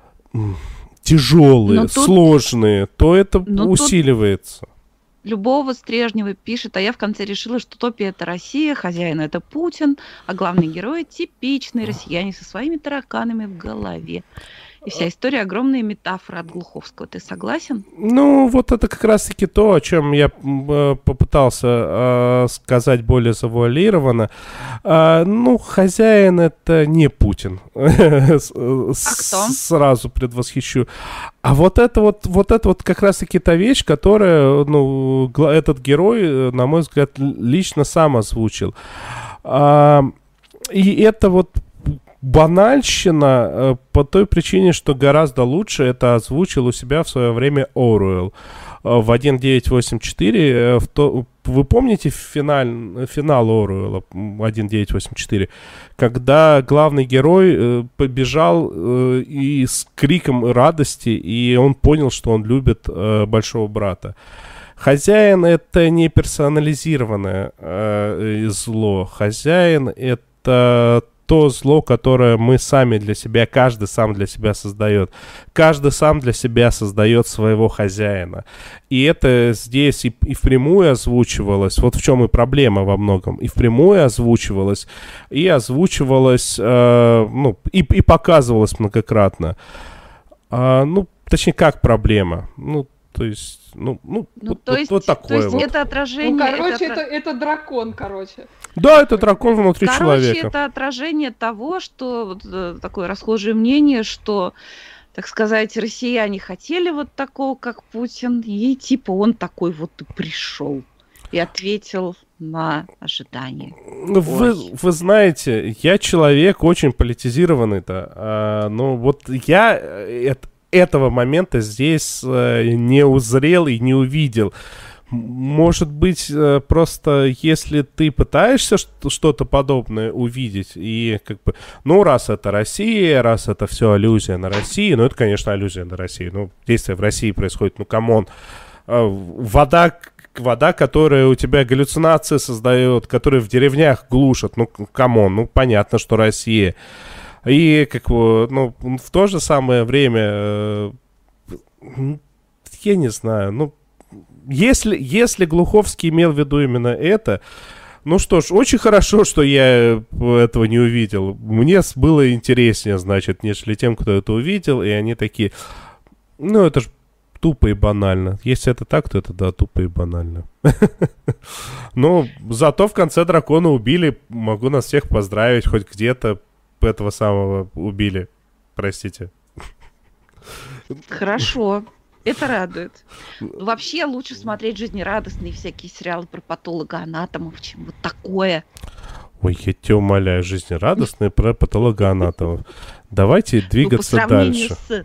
тяжелые, тут, сложные, то это усиливается. Любого Стрежнева пишет, а я в конце решила, что Топия — это Россия, хозяин — это Путин, а главный герой — типичный россияне со своими тараканами в голове. И вся история — огромные метафоры от Глуховского. Ты согласен? Ну, вот это как раз-таки то, о чем я э, попытался э, сказать более завуалированно. Э, ну, хозяин — это не Путин. А кто? Сразу предвосхищу. А вот это вот, вот это вот как раз-таки та вещь, которая, ну, этот герой, на мой взгляд, лично сам озвучил. А, и это вот банальщина э, по той причине, что гораздо лучше это озвучил у себя в свое время Оруэлл э, в тысяча девятьсот восемьдесят четыре. Э, в то, вы помните финаль, финал Оруэлла тысяча девятьсот восемьдесят четыре, когда главный герой э, побежал э, и с криком радости, и он понял, что он любит э, большого брата. Хозяин — это не персонализированное э, зло. Хозяин — это то зло, которое мы сами для себя, каждый сам для себя создает. Каждый сам для себя создает своего хозяина. И это здесь и, и впрямую озвучивалось. Вот в чем и проблема во многом. И впрямую озвучивалось, и озвучивалось, э, ну, и, и показывалось многократно. А, ну, точнее, как проблема. Ну, то есть, ну, ну, ну вот, то вот, есть, вот такое то есть вот. это отражение... Ну, короче, это, это, это дракон, короче. Да, это дракон внутри короче, человека. Короче, это отражение того, что вот, э, такое расхожее мнение, что, так сказать, россияне хотели вот такого, как Путин, и типа он такой вот и пришел и ответил на ожидания. Вы, вы знаете, я человек очень политизированный-то, а, но вот я это, этого момента здесь а, не узрел и не увидел. Может быть, просто если ты пытаешься что-то подобное увидеть, и как бы, ну, раз это Россия, раз это все аллюзия на Россию, ну, это, конечно, аллюзия на Россию, ну, действие в России происходит, ну, камон, вода, вода, которая у тебя галлюцинации создает, которая в деревнях глушат, ну, камон, ну, понятно, что Россия. И, как бы, ну, в то же самое время, я не знаю, ну, Если, если Глуховский имел в виду именно это, ну что ж, очень хорошо, что я этого не увидел. Мне было интереснее, значит, нежели тем, кто это увидел, и они такие, ну это ж тупо и банально. Если это так, то это, да, тупо и банально. Но зато в конце дракона убили, могу нас всех поздравить, хоть где-то этого самого убили. Простите. Хорошо. Это радует. Вообще лучше смотреть жизнерадостные всякие сериалы про патологоанатомов, чем вот такое. Ой, я тебя умоляю, жизнерадостные про патологоанатомов. Давайте двигаться ну, по дальше. С...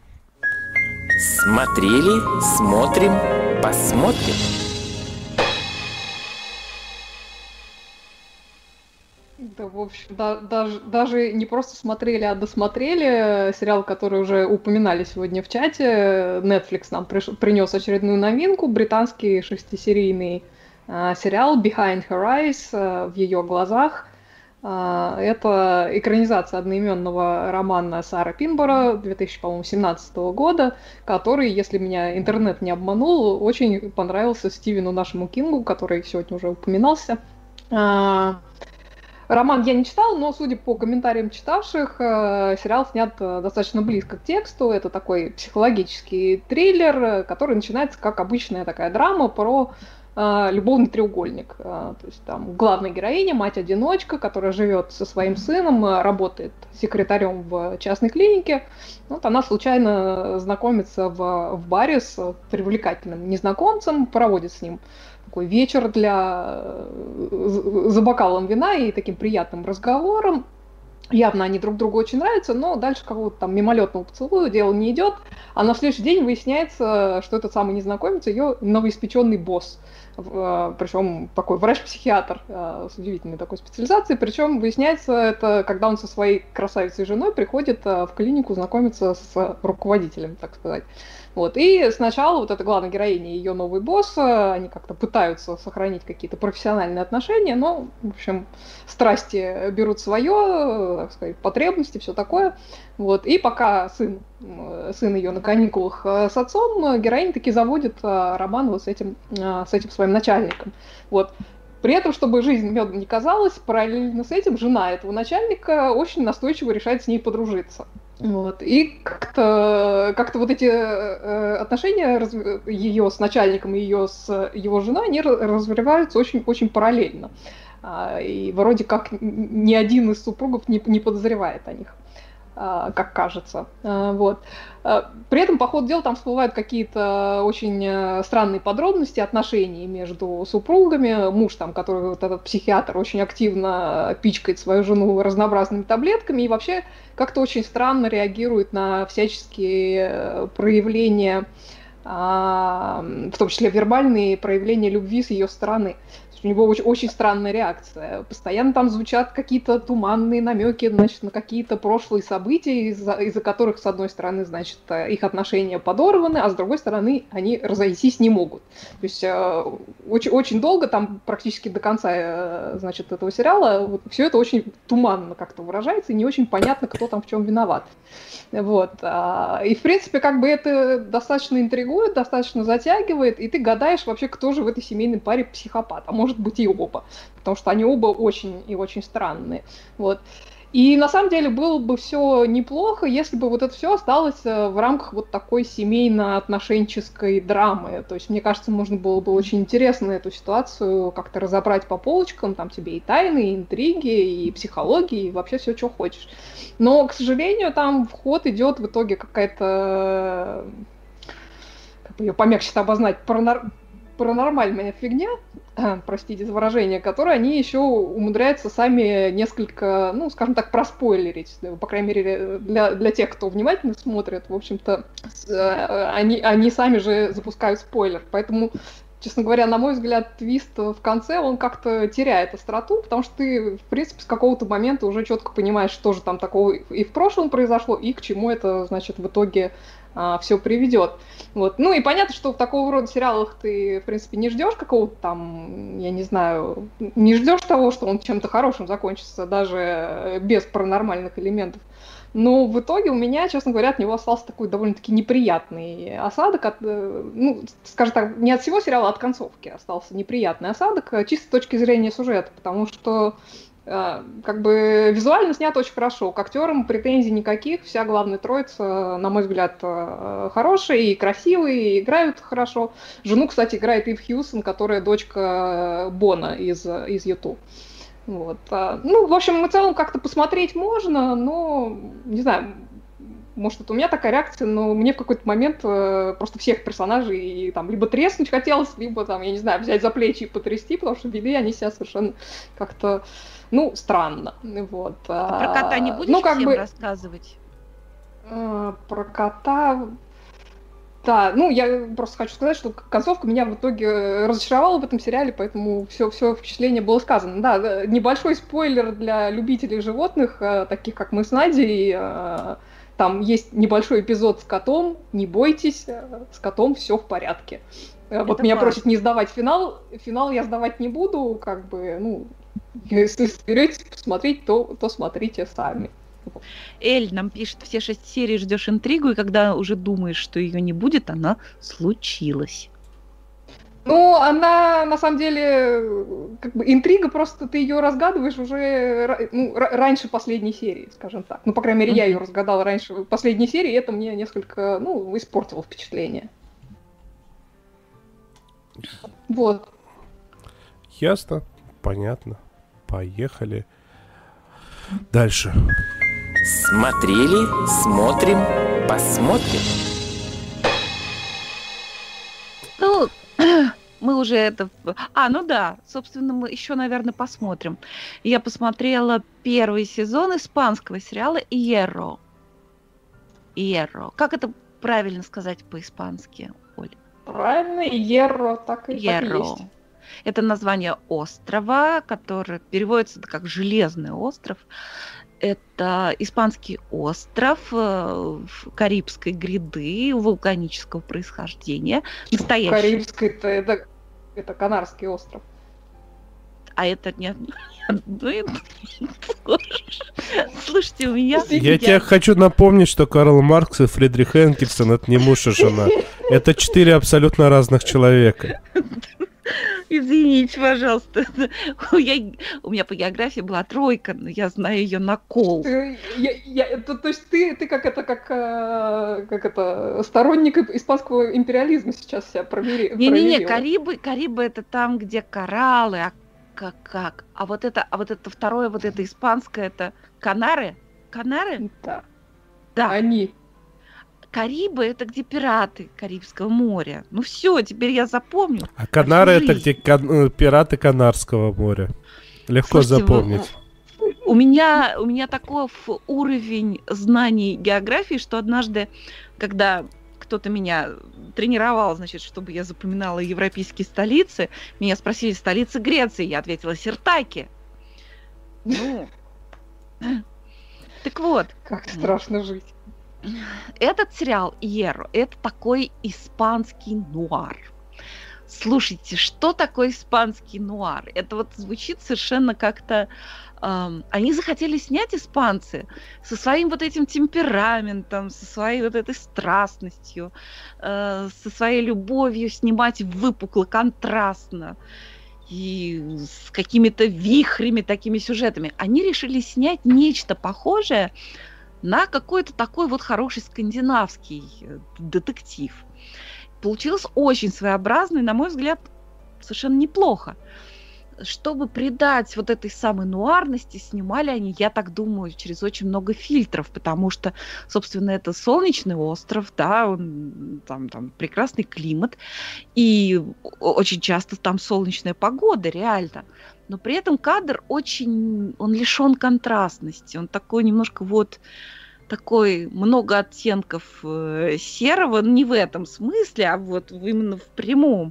Смотрели, смотрим, посмотрим. Да, в общем, да, даже, даже не просто смотрели, а досмотрели сериал, который уже упоминали сегодня в чате. Netflix нам приш... принес очередную новинку, британский шестисерийный э, сериал Behind Her Eyes, э, в ее глазах. Э, это экранизация одноименного романа Сары Пинборо две тысячи семнадцатого года, который, если меня интернет не обманул, очень понравился Стивену нашему Кингу, который сегодня уже упоминался. Э, Роман я не читал, но, судя по комментариям читавших, сериал снят достаточно близко к тексту. Это такой психологический триллер, который начинается как обычная такая драма про э, любовный треугольник. Э, то есть там главная героиня, мать-одиночка, которая живет со своим сыном, э, работает секретарем в частной клинике. Вот она случайно знакомится в, в баре с привлекательным незнакомцем, проводит с ним такой вечер для, за бокалом вина и таким приятным разговором. Явно они друг другу очень нравятся, но дальше какого-то там мимолетного поцелуя дело не идет. А на следующий день выясняется, что этот самый незнакомец ее новоиспеченный босс. Причем такой врач-психиатр с удивительной такой специализацией. Причем выясняется это, когда он со своей красавицей женой приходит в клинику знакомиться с руководителем, так сказать. Вот. И сначала вот эта главная героиня и ее новый босс, они как-то пытаются сохранить какие-то профессиональные отношения, но, в общем, страсти берут свое, так сказать, потребности, все такое. Вот. И пока сын, сын ее на каникулах с отцом, героиня таки заводит роман вот с этим, с этим своим начальником. Вот. При этом, чтобы жизнь медом не казалась, параллельно с этим жена этого начальника очень настойчиво решает с ней подружиться. Вот. И как-то, как-то вот эти э, отношения раз... ее с начальником и ее с его женой, они развиваются очень, очень параллельно. А, и вроде как ни один из супругов не, не подозревает о них, а, как кажется. А, вот. А, при этом, по ходу дела, там всплывают какие-то очень странные подробности отношений между супругами. Муж, там, который вот этот психиатр, очень активно пичкает свою жену разнообразными таблетками и вообще как-то очень странно реагирует на всяческие проявления, в том числе вербальные проявления любви с ее стороны. У него очень, очень странная реакция. Постоянно там звучат какие-то туманные намеки, значит, на какие-то прошлые события, из-за, из-за которых, с одной стороны, значит, их отношения подорваны, а с другой стороны, они разойтись не могут. То есть э, очень, очень долго, там практически до конца, э, значит, этого сериала, вот, все это очень туманно как-то выражается, и не очень понятно, кто там в чем виноват. Вот. И, в принципе, как бы это достаточно интригует, достаточно затягивает, и ты гадаешь вообще, кто же в этой семейной паре психопат. А может быть и оба, потому что они оба очень и очень странные. Вот. И на самом деле было бы все неплохо, если бы вот это все осталось в рамках вот такой семейно-отношенческой драмы. То есть, мне кажется, можно было бы очень интересно эту ситуацию как-то разобрать по полочкам, там тебе и тайны, и интриги, и психологии, и вообще все, что хочешь. Но, к сожалению, там в ход идет в итоге какая-то, как бы ее помягче обозначить, паранор... паранормальная фигня, простите за выражение, которые они еще умудряются сами несколько, ну, скажем так, проспойлерить. По крайней мере, для, для тех, кто внимательно смотрит, в общем-то, они, они сами же запускают спойлер. Поэтому, честно говоря, на мой взгляд, твист в конце, он как-то теряет остроту, потому что ты, в принципе, с какого-то момента уже четко понимаешь, что же там такого и в прошлом произошло, и к чему это, значит, в итоге а, все приведет. Вот. Ну и понятно, что в такого рода сериалах ты, в принципе, не ждешь какого-то там, я не знаю, не ждешь того, что он чем-то хорошим закончится, даже без паранормальных элементов. Но в итоге у меня, честно говоря, от него остался такой довольно-таки неприятный осадок. От, ну, скажем так, не от всего сериала, а от концовки остался неприятный осадок, чисто с точки зрения сюжета, потому что как бы визуально снято очень хорошо. К актерам претензий никаких. Вся главная троица, на мой взгляд, хорошие и красивые, и играют хорошо. Жену, кстати, играет Ив Хьюсон, которая дочка Бона из, из Ютуб. Вот. Ну, в общем, в целом как-то посмотреть можно, но, не знаю, может, это у меня такая реакция, но мне в какой-то момент просто всех персонажей там либо треснуть хотелось, либо, там, я не знаю, взять за плечи и потрясти, потому что вели они себя совершенно как-то, ну, странно. Вот. А про кота не будешь ну, как всем бы, рассказывать? Про кота... Да, ну, я просто хочу сказать, что концовка меня в итоге разочаровала в этом сериале, поэтому все, все впечатление было сказано. Да, небольшой спойлер для любителей животных, таких как мы с Надей. Там есть небольшой эпизод с котом, не бойтесь, с котом все в порядке. Это вот меня важно. Просят не сдавать финал, финал я сдавать не буду, как бы, ну, если соберетесь посмотреть, то, то смотрите сами. Эль нам пишет, все шесть серий ждешь интригу, и когда уже думаешь, что ее не будет, она случилась. Ну, она, на самом деле, как бы интрига, просто ты ее разгадываешь уже ну, раньше последней серии, скажем так. Ну, по крайней мере, mm-hmm. я ее разгадала раньше последней серии, и это мне несколько, ну, испортило впечатление. Вот. Ясно, понятно. Поехали дальше. Смотрели, смотрим, посмотрим. Ну, мы уже это... А, ну да, собственно, мы еще, наверное, посмотрим. Я посмотрела первый сезон испанского сериала «Иерро». «Иерро». Как это правильно сказать по-испански, Оля? Правильно, «Иерро», так и, так и «Иерро». есть. Это название острова, которое переводится как «железный остров». Это испанский остров э, Карибской гряды вулканического происхождения. Настоящий. Карибский-то это, это Канарский остров. А это нет. Слушайте, у меня... Я тебе хочу напомнить, что Карл Маркс и Фридрих Энгельсон — это не муж и жена. Это четыре абсолютно разных человека. Извините, пожалуйста. Я, у меня по географии была тройка, но я знаю ее на кол. Ты, я, я, то, то есть ты, ты как это, как, как это, сторонник испанского империализма сейчас себя промери, Не-не-не, Карибы, Карибы это там, где кораллы, а как, как? А вот это, а вот это второе, вот это испанское, это Канары? Канары? Да. Да. Они. Карибы — это где пираты Карибского моря. Ну все, теперь я запомню. А Канары — это где кан- пираты Канарского моря. Легко Слушайте, запомнить. У меня, у меня такой уровень знаний географии, что однажды, когда кто-то меня тренировал, значит, чтобы я запоминала европейские столицы, меня спросили, столица Греции, я ответила Сиртаки. Ну, так вот. Как страшно жить. Этот сериал «Иерро» — это такой испанский нуар. Слушайте, что такое испанский нуар? Это вот звучит совершенно как-то... Эм, они захотели снять, испанцы, со своим вот этим темпераментом, со своей вот этой страстностью, э, со своей любовью снимать выпукло, контрастно и с какими-то вихрями, такими сюжетами. Они решили снять нечто похожее на какой-то такой вот хороший скандинавский детектив. Получилось очень своеобразно и, на мой взгляд, совершенно неплохо. Чтобы придать вот этой самой нуарности, снимали они, я так думаю, через очень много фильтров, потому что, собственно, это солнечный остров, да, он, там, там прекрасный климат, и очень часто там солнечная погода, реально. Но при этом кадр очень, он лишен контрастности, он такой немножко вот такой много оттенков э, серого, не в этом смысле, а вот именно в прямом.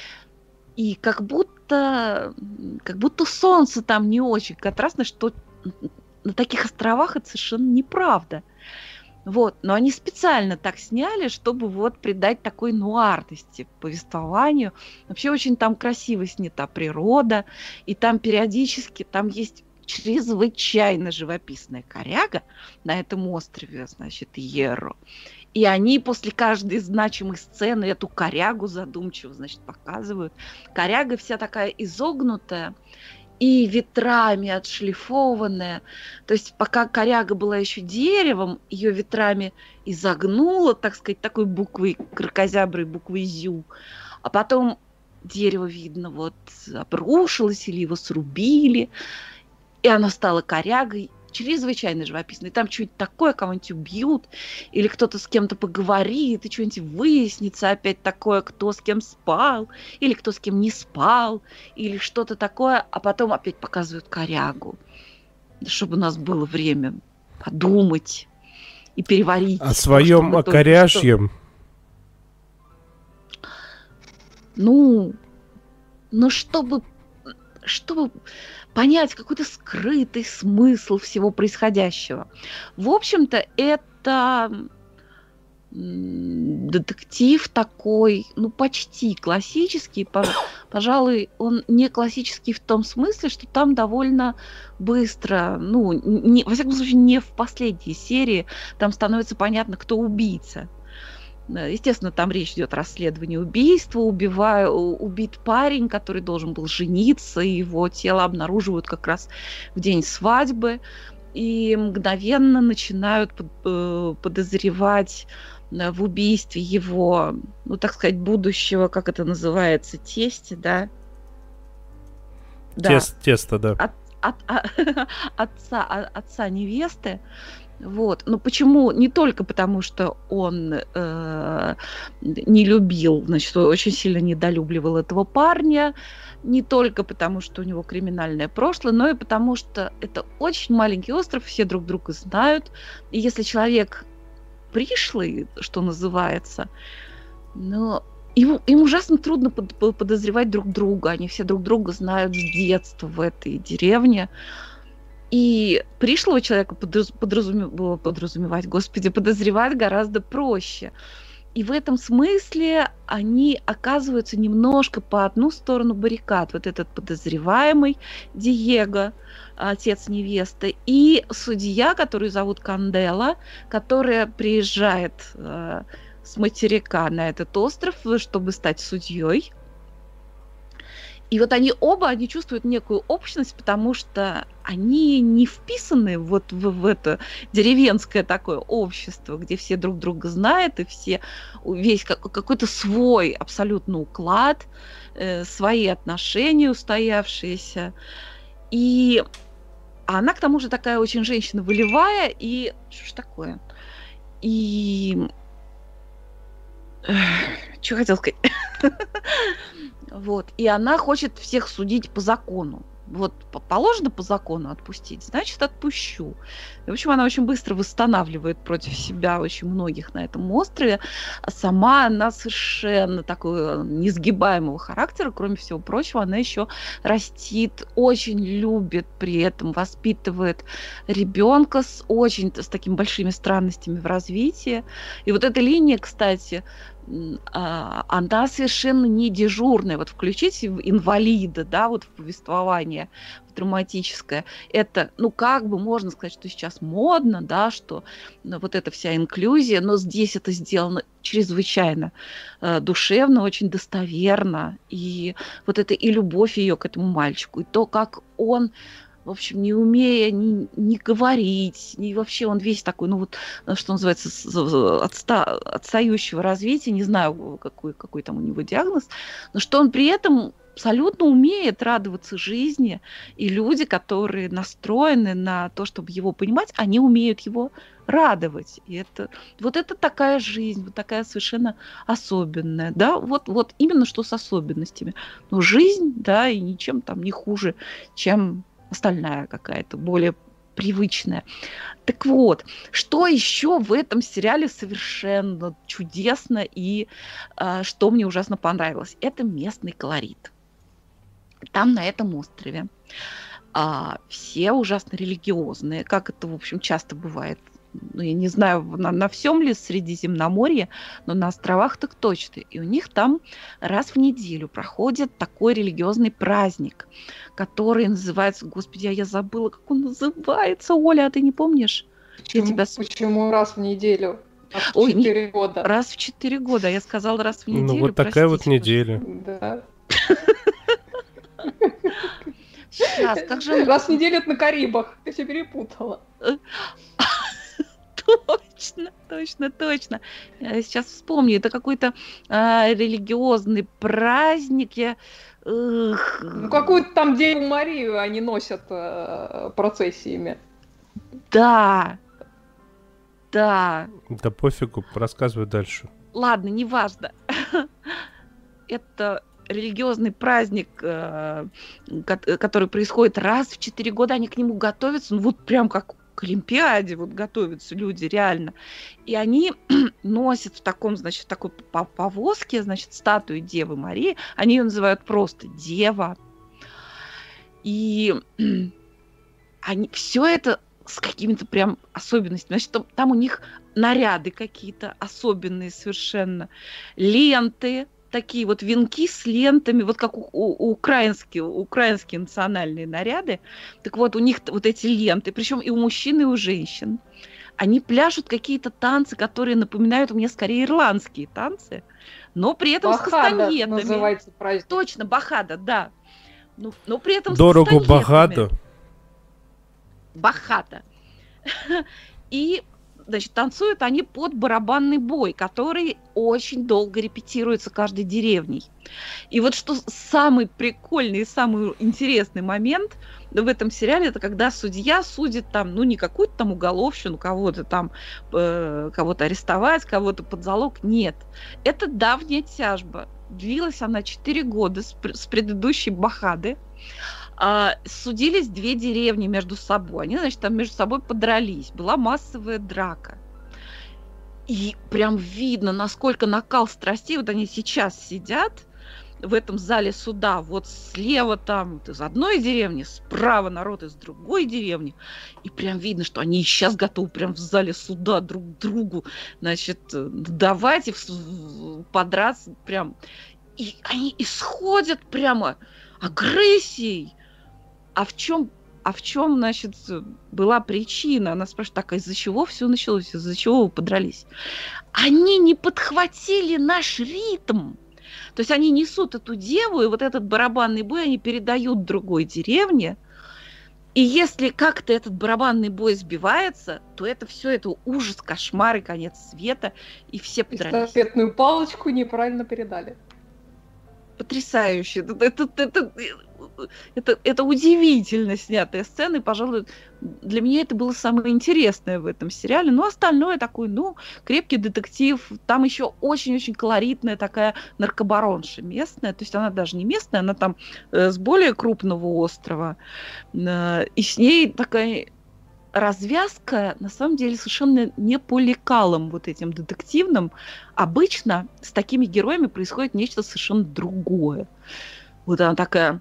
И как будто, как будто солнце там не очень контрастно, что на таких островах это совершенно неправда. Вот. Но они специально так сняли, чтобы вот придать такой нуарности повествованию. Вообще очень там красиво снята природа, и там периодически там есть чрезвычайно живописная коряга на этом острове, значит, Иерро. И они после каждой значимой сцены эту корягу задумчиво, значит, показывают. Коряга вся такая изогнутая и ветрами отшлифованная. То есть пока коряга была еще деревом, ее ветрами изогнуло, так сказать, такой буквой, кракозяброй буквой «зю». А потом дерево, видно, вот обрушилось или его срубили, и оно стало корягой, чрезвычайно живописной. Там что-нибудь такое, кого-нибудь убьют, или кто-то с кем-то поговорит, и что-нибудь выяснится опять такое, кто с кем спал, или кто с кем не спал, или что-то такое, а потом опять показывают корягу, чтобы у нас было время подумать и переварить. О своем окоряжьем. Ну, ну, чтобы, чтобы понять какой-то скрытый смысл всего происходящего. В общем-то, это детектив такой, ну, почти классический. Пожалуй, он не классический в том смысле, что там довольно быстро, ну, не, во всяком случае, не в последней серии, там становится понятно, кто убийца. Естественно, там речь идет о расследовании убийства. Убиваю, убит парень, который должен был жениться, и его тело обнаруживают как раз в день свадьбы. И мгновенно начинают подозревать в убийстве его, ну, так сказать, будущего, как это называется, тестя, да? да, Тест, тесто, да. от, от, от, отца, отца невесты. Вот. Но почему? Не только потому, что он э, не любил, значит, очень сильно недолюбливал этого парня, не только потому, что у него криминальное прошлое, но и потому, что это очень маленький остров, все друг друга знают. И если человек пришлый, что называется, ну, им, им ужасно трудно под, подозревать друг друга. Они все друг друга знают с детства в этой деревне. И пришлого человека подразуме... подразумевать, господи, подозревать гораздо проще. И в этом смысле они оказываются немножко по одну сторону баррикад. Вот этот подозреваемый Диего, отец невесты, и судья, которую зовут Кандела, которая приезжает э, с материка на этот остров, чтобы стать судьей. И вот они оба, они чувствуют некую общность, потому что они не вписаны вот в, в это деревенское такое общество, где все друг друга знают, и все, весь как, какой-то свой абсолютно уклад, э, свои отношения устоявшиеся. И она, к тому же, такая очень женщина волевая, и что ж такое? И... Что хотела сказать? Вот. И она хочет всех судить по закону. Вот положено по закону отпустить, значит, отпущу. И, в общем, она очень быстро восстанавливает против себя очень многих на этом острове. А сама она совершенно такого несгибаемого характера. Кроме всего прочего, она еще растит, очень любит при этом, воспитывает ребенка с очень с такими большими странностями в развитии. И вот эта линия, кстати, она совершенно не дежурная. Вот включите инвалида, да, вот в повествование, в драматическое. Это, ну, как бы можно сказать, что сейчас модно, да, что ну, вот эта вся инклюзия, но здесь это сделано чрезвычайно э, душевно, очень достоверно. И вот это и любовь ее к этому мальчику, и то, как он, в общем, не умея ни, ни говорить, ни вообще он весь такой, ну вот, что называется, отста, отстающего развития, не знаю, какой, какой там у него диагноз, но что он при этом абсолютно умеет радоваться жизни, и люди, которые настроены на то, чтобы его понимать, они умеют его радовать. И это, вот это такая жизнь, вот такая совершенно особенная, да, вот, вот именно что с особенностями. Но жизнь, да, и ничем там не хуже, чем остальная какая-то, более привычная. Так вот, что еще в этом сериале совершенно чудесно и э, что мне ужасно понравилось? Это местный колорит. Там, на этом острове, э, все ужасно религиозные, как это, в общем, часто бывает. Ну, я не знаю, на, на всем ли Средиземноморье, но на островах так точно. И у них там раз в неделю проходит такой религиозный праздник, который называется... Господи, я забыла, как он называется. Оля, а ты не помнишь? Почему, я тебя... почему раз в неделю? Раз в Ой, четыре года. Раз в четыре года. Я сказала раз в неделю. Ну, вот такая вот неделя. Да. Сейчас, как же... Раз в неделю это на Карибах. Ты все перепутала. Точно, точно, точно. Я сейчас вспомню. Это какой-то а, религиозный праздник. Я... Ну, какую-то там Деву Марию они носят э, процессиями. Да. Да. Да пофигу, рассказывай дальше. Ладно, неважно. Это религиозный праздник, э, который происходит раз в четыре года. Они к нему готовятся, ну вот прям как к Олимпиаде вот готовятся люди, реально. И они носят в таком, значит, такой повозке, значит, статую Девы Марии. Они ее называют просто Дева. И они все это с какими-то прям особенностями. Значит, там, там у них наряды какие-то особенные совершенно. Ленты, такие вот венки с лентами, вот как у, у, украинские, украинские национальные наряды. Так вот, у них вот эти ленты, причем и у мужчин, и у женщин. Они пляшут какие-то танцы, которые напоминают мне скорее ирландские танцы, но при этом Бахада с кастаньетами. Называется праздник. Точно, бахада, да. Но, но при этом Дорого с бахада. Бахада. И значит, танцуют они под барабанный бой, который очень долго репетируется каждой деревней. И вот что самый прикольный и самый интересный момент в этом сериале, это когда судья судит там, ну, не какую-то там уголовщину, кого-то там, э, кого-то арестовать, кого-то под залог, нет. Это давняя тяжба. Длилась она четыре года с, с предыдущей Бахады. А, судились две деревни между собой. Они, значит, там между собой подрались. Была массовая драка. И прям видно, насколько накал страстей. Вот они сейчас сидят в этом зале суда. Вот слева там из одной деревни, справа народ из другой деревни. И прям видно, что они сейчас готовы прям в зале суда друг другу, значит, давайте подраться прям. И они исходят прямо агрессией. А в чем, а в чем, значит, была причина? Она спрашивает, так, а из-за чего все началось? Из-за чего вы подрались? Они не подхватили наш ритм. То есть они несут эту деву, и вот этот барабанный бой они передают другой деревне. И если как-то этот барабанный бой сбивается, то это все, это ужас, кошмар и конец света, и все подрались. Эстафетную палочку неправильно передали. Потрясающе. Это, это, это, это, это удивительно снятые сцены. Пожалуй, для меня это было самое интересное в этом сериале. Но остальное такой, ну, крепкий детектив. Там еще очень-очень колоритная такая наркобаронша местная. То есть она даже не местная, она там э, с более крупного острова. Э, и с ней такая развязка, на самом деле, совершенно не по лекалам вот этим детективным. Обычно с такими героями происходит нечто совершенно другое. Вот она такая...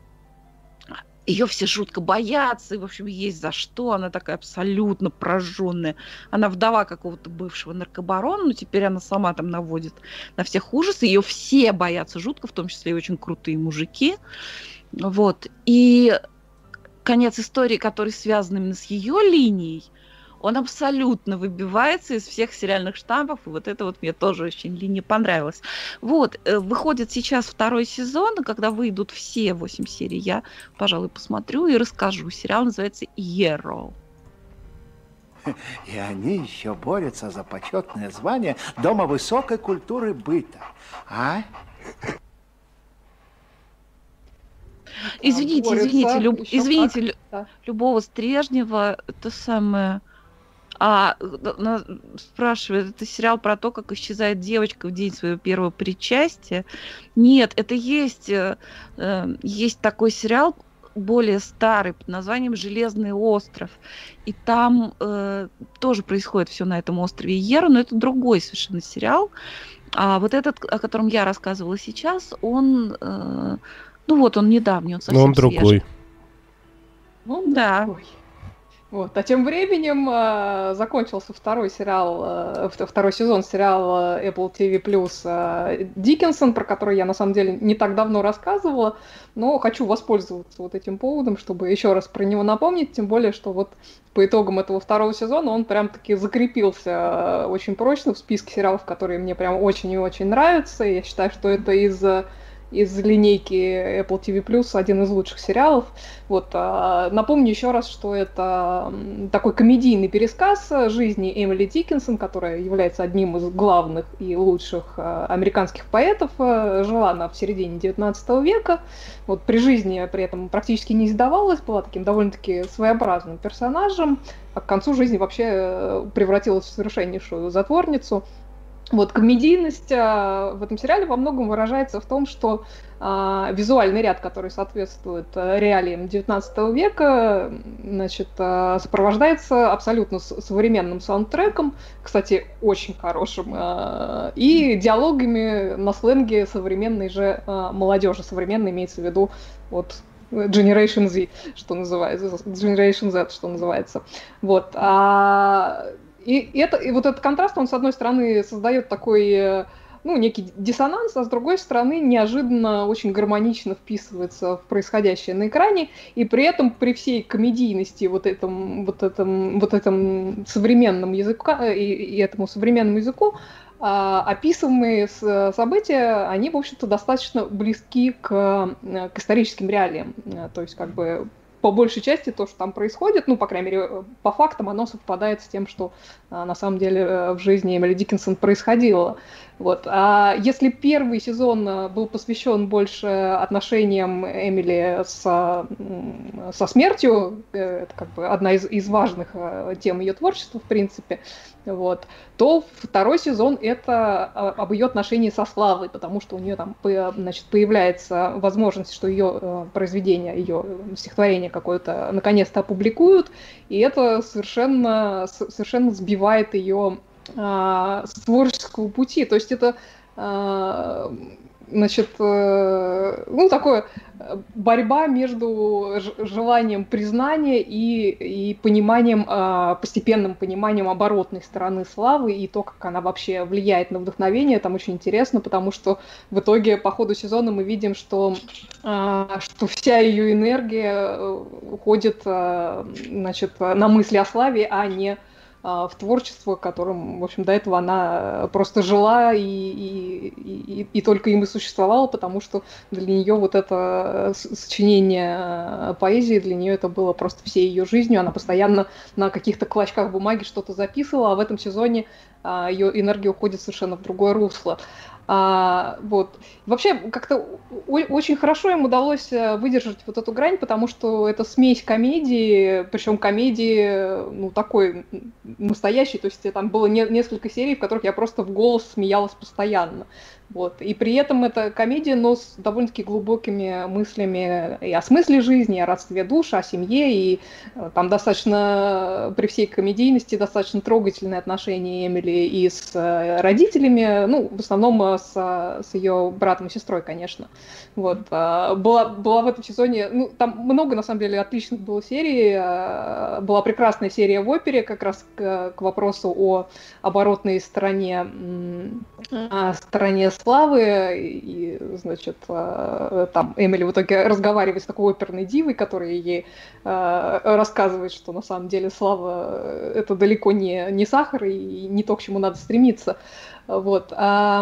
Ее все жутко боятся, и, в общем, есть за что. Она такая абсолютно прожженная. Она вдова какого-то бывшего наркобарона, но теперь она сама там наводит на всех ужасы. Ее все боятся жутко, в том числе и очень крутые мужики. Вот. И конец истории, который связан именно с ее линией, он абсолютно выбивается из всех сериальных штампов, и вот это вот мне тоже очень линия понравилась. Вот, выходит сейчас второй сезон, и когда выйдут все восемь серий, я, пожалуй, посмотрю и расскажу. Сериал называется «Иеро». И они еще борются за почетное звание Дома высокой культуры быта. А? Извините, борются, извините, люб, извините, лю, да. Любого Стрежнева, это самое... А, на, спрашивает, это сериал про то, как исчезает девочка в день своего первого причастия. Нет, это есть, э, есть такой сериал, более старый, под названием «Железный остров». И там э, тоже происходит все на этом острове Иеро, но это другой совершенно сериал. А вот этот, о котором я рассказывала сейчас, он... Э, ну вот, он недавний, он совсем Но он свежий. другой. Он да. другой. Вот. А тем временем э, закончился второй сериал, э, второй сезон сериала Apple ти ви плюс э, «Диккенсон», про который я на самом деле не так давно рассказывала, но хочу воспользоваться вот этим поводом, чтобы еще раз про него напомнить, тем более, что вот по итогам этого второго сезона он прям-таки закрепился э, очень прочно в списке сериалов, которые мне прям очень и очень нравятся. Я считаю, что это из... из линейки Apple ти ви плюс один из лучших сериалов. Вот, напомню еще раз, что это такой комедийный пересказ жизни Эмили Диккенсон, которая является одним из главных и лучших американских поэтов. Жила она в середине девятнадцатого века. Вот, при жизни при этом практически не издавалась, была таким довольно-таки своеобразным персонажем, а к концу жизни вообще превратилась в совершеннейшую затворницу. Вот, комедийность а, в этом сериале во многом выражается в том, что а, визуальный ряд, который соответствует а, реалиям девятнадцатого века, значит, а, сопровождается абсолютно с- современным саундтреком, кстати, очень хорошим, а, и диалогами на сленге современной же а, молодежи. Современной имеется в виду вот Generation Z, что называется, Generation Z, что называется. Вот. А, И, это, и вот этот контраст, он, с одной стороны, создает такой, ну, некий диссонанс, а с другой стороны, неожиданно очень гармонично вписывается в происходящее на экране, и при этом, при всей комедийности вот этом, вот этом, вот этом современном языку, и, и этому современному языку, а, описываемые с, события, они, в общем-то, достаточно близки к, к историческим реалиям. То есть, как бы, по большей части то, что там происходит, ну, по крайней мере, по фактам оно совпадает с тем, что а, на самом деле в жизни Эмили Диккенсон происходило. Вот. А если первый сезон был посвящен больше отношениям Эмили с, со смертью, это как бы одна из, из важных тем ее творчества, в принципе, вот, то второй сезон это об ее отношении со славой, потому что у нее там, значит, появляется возможность, что ее произведение, ее стихотворение какое-то наконец-то опубликуют, и это совершенно, совершенно сбивает ее а, с творческого пути. То есть это, а, значит, а, ну, такое борьба между желанием признания и, и пониманием, а, постепенным пониманием оборотной стороны славы и то, как она вообще влияет на вдохновение. Там очень интересно, потому что в итоге по ходу сезона мы видим, что, а, что вся ее энергия уходит, а, значит, на мысли о славе, а не в творчество, которым, в общем, до этого она просто жила и, и, и, и только им и существовала, потому что для нее вот это сочинение поэзии, для нее это было просто всей ее жизнью. Она постоянно на каких-то клочках бумаги что-то записывала, а в этом сезоне ее энергия уходит совершенно в другое русло. А, вот. Вообще, как-то очень хорошо им удалось выдержать вот эту грань, потому что это смесь комедии, причем комедии, ну, такой настоящей, то есть там было не, несколько серий, в которых я просто в голос смеялась постоянно. Вот. И при этом это комедия, но с довольно-таки глубокими мыслями и о смысле жизни, и о родстве душ, о семье, и там достаточно, при всей комедийности, достаточно трогательные отношения Эмили и с родителями, ну, в основном с, с ее братом и сестрой, конечно. Вот. Была, была в этом сезоне, ну, там много, на самом деле, отличных было серий, была прекрасная серия в опере, как раз к, к вопросу о оборотной стороне, стороне славы, и, значит, там Эмили в итоге разговаривает с такой оперной дивой, которая ей рассказывает, что на самом деле слава — это далеко не, не сахар и не то, к чему надо стремиться. Вот.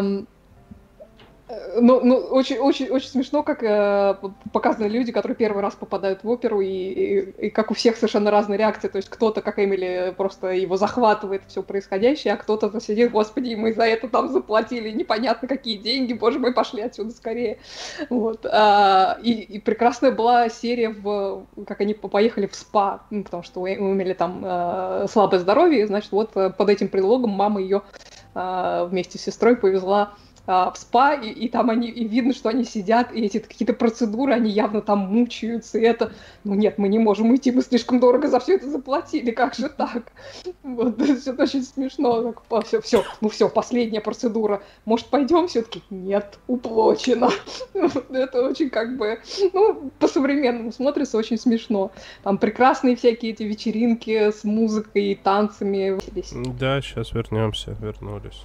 Ну, ну очень, очень, очень смешно, как э, показаны люди, которые первый раз попадают в оперу, и, и, и как у всех совершенно разные реакции. То есть кто-то, как Эмили, просто его захватывает все происходящее, а кто-то сидит: господи, мы за это там заплатили непонятно какие деньги, боже мой, пошли отсюда скорее. Вот. А, и, и прекрасная была серия, в, как они поехали в спа, ну, потому что у Эмили там э, слабое здоровье, значит, вот под этим предлогом мама ее э, вместе с сестрой повезла в спа, и, и там они, и видно, что они сидят, и эти какие-то процедуры, они явно там мучаются, и это, ну нет, мы не можем уйти, мы слишком дорого за все это заплатили, как же так? Вот, это очень смешно, как, все, все, ну все, последняя процедура, может, пойдем все-таки? Нет, уплочено. Это очень как бы, ну, по-современному смотрится очень смешно. Там прекрасные всякие эти вечеринки с музыкой и танцами. Да, сейчас вернемся, вернулись.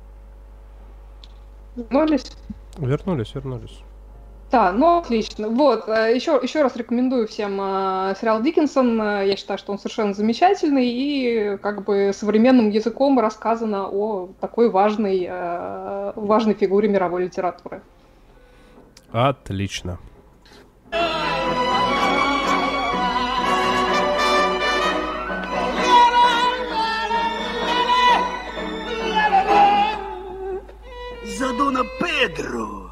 Вернулись? Вернулись, вернулись. Да, ну отлично. Вот, еще, еще раз рекомендую всем э, сериал Диккенсон. Я считаю, что он совершенно замечательный и как бы современным языком рассказано о такой важной, э, важной фигуре мировой литературы. Отлично. За Дона Педро.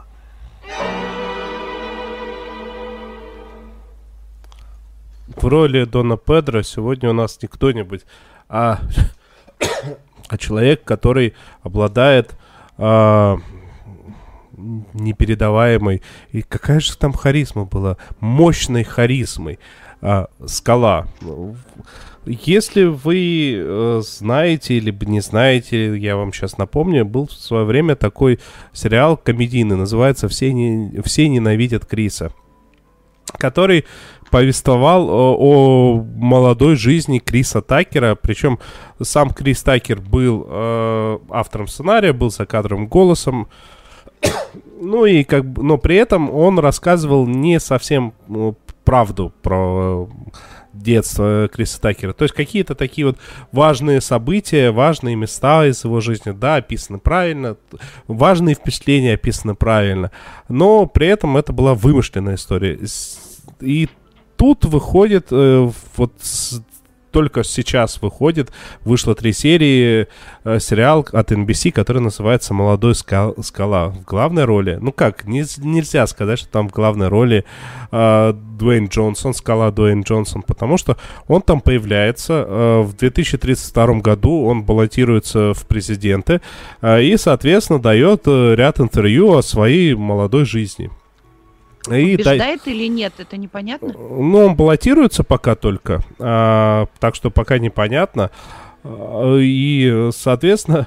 В роли Дона Педро сегодня у нас не кто-нибудь, а, а человек, который обладает а, непередаваемой, и какая же там харизма была, мощной харизмой, а, Скала. Если вы э, знаете или не знаете, я вам сейчас напомню, был в свое время такой сериал комедийный, называется «Все, не, Все ненавидят Криса», который повествовал о, о молодой жизни Криса Такера. Причем сам Крис Такер был э, автором сценария, был закадровым голосом. Ну и как бы, но при этом он рассказывал не совсем ну, правду про детство Криса Такера. То есть какие-то такие вот важные события, важные места из его жизни, да, описаны правильно, важные впечатления описаны правильно, но при этом это была вымышленная история. И тут выходит, э, вот с, только сейчас выходит, вышло три серии, э, сериал от эн би си, который называется «Молодой скал, скала». В главной роли, ну как, не, нельзя сказать, что там в главной роли э, Дуэйн Джонсон, скала Дуэйн Джонсон, потому что он там появляется, э, в две тысячи тридцать втором году он баллотируется в президенты э, и, соответственно, дает э, ряд интервью о своей молодой жизни. И Побеждает да... или нет, это непонятно? Ну, он баллотируется пока только, а, так что пока непонятно. И, соответственно...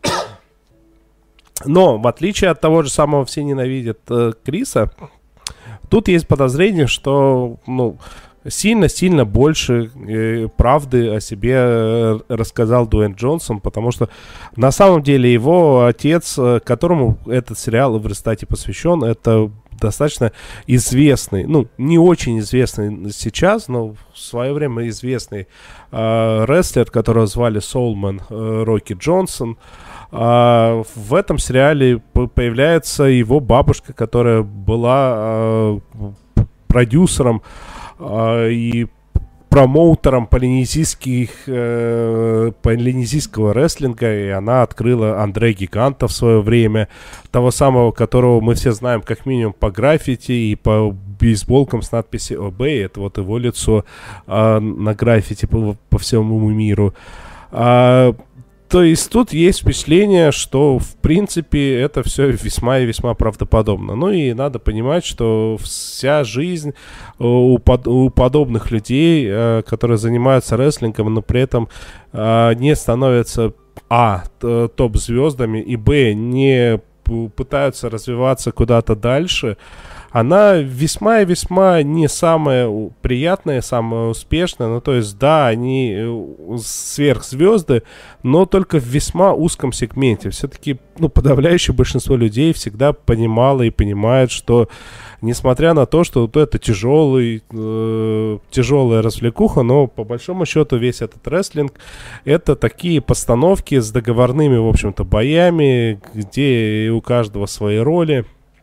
Но, в отличие от того же самого «Все ненавидят» э, Криса, тут есть подозрение, что, ну, сильно-сильно больше э, правды о себе э, рассказал Дуэйн Джонсон, потому что на самом деле его отец, э, которому этот сериал в результате посвящен, это достаточно известный, ну, не очень известный сейчас, но в свое время известный э, рестлер, которого звали Соломон э, Рокки Джонсон. Uh, в этом сериале появляется его бабушка, которая была uh, продюсером uh, и промоутером полинезийских, uh, полинезийского рестлинга, и она открыла Андре Гиганта в свое время, того самого, которого мы все знаем как минимум по граффити и по бейсболкам с надписью «Obey». Это вот его лицо uh, на граффити по, по всему миру. Uh, То есть тут есть впечатление, что в принципе это все весьма и весьма правдоподобно. Ну и надо понимать, что вся жизнь у, под, у подобных людей, э, которые занимаются рестлингом, но при этом э, не становятся а. топ-звездами и б. не пытаются развиваться куда-то дальше, она весьма и весьма не самая приятная, самая успешная. Ну, то есть, да, они сверхзвезды, но только в весьма узком сегменте. Все-таки, ну, подавляющее большинство людей всегда понимало и понимает, что, несмотря на то, что вот это тяжелый, э, тяжелая развлекуха, но по большому счету весь этот рестлинг — это такие постановки с договорными, в общем-то, боями, где у каждого свои роли.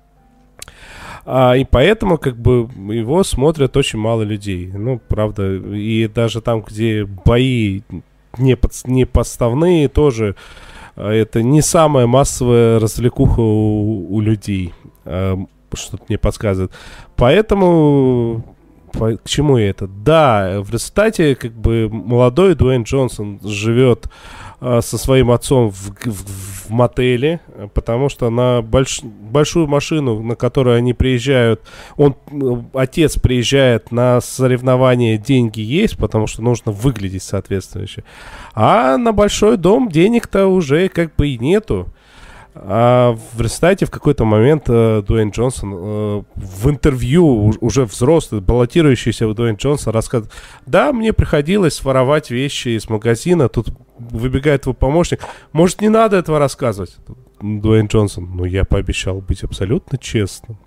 А, и поэтому, как бы, его смотрят очень мало людей. Ну, правда, и даже там, где бои не, под, не подставные, тоже это не самая массовая развлекуха у, у людей, а, что-то мне подсказывает. Поэтому... По, к чему это? Да, в результате, как бы, молодой Дуэйн Джонсон живет а, со своим отцом в, в, в мотеле, потому что на больш, большую машину, на которую они приезжают, он, отец приезжает на соревнования, деньги есть, потому что нужно выглядеть соответствующе. А на большой дом денег-то уже как бы и нету. А в результате в какой-то момент э, Дуэйн Джонсон э, в интервью, уже взрослый, баллотирующийся Дуэйн Джонсон рассказывает: да, мне приходилось воровать вещи из магазина, тут выбегает его помощник, может, не надо этого рассказывать? Дуэйн Джонсон: ну, я пообещал быть абсолютно честным.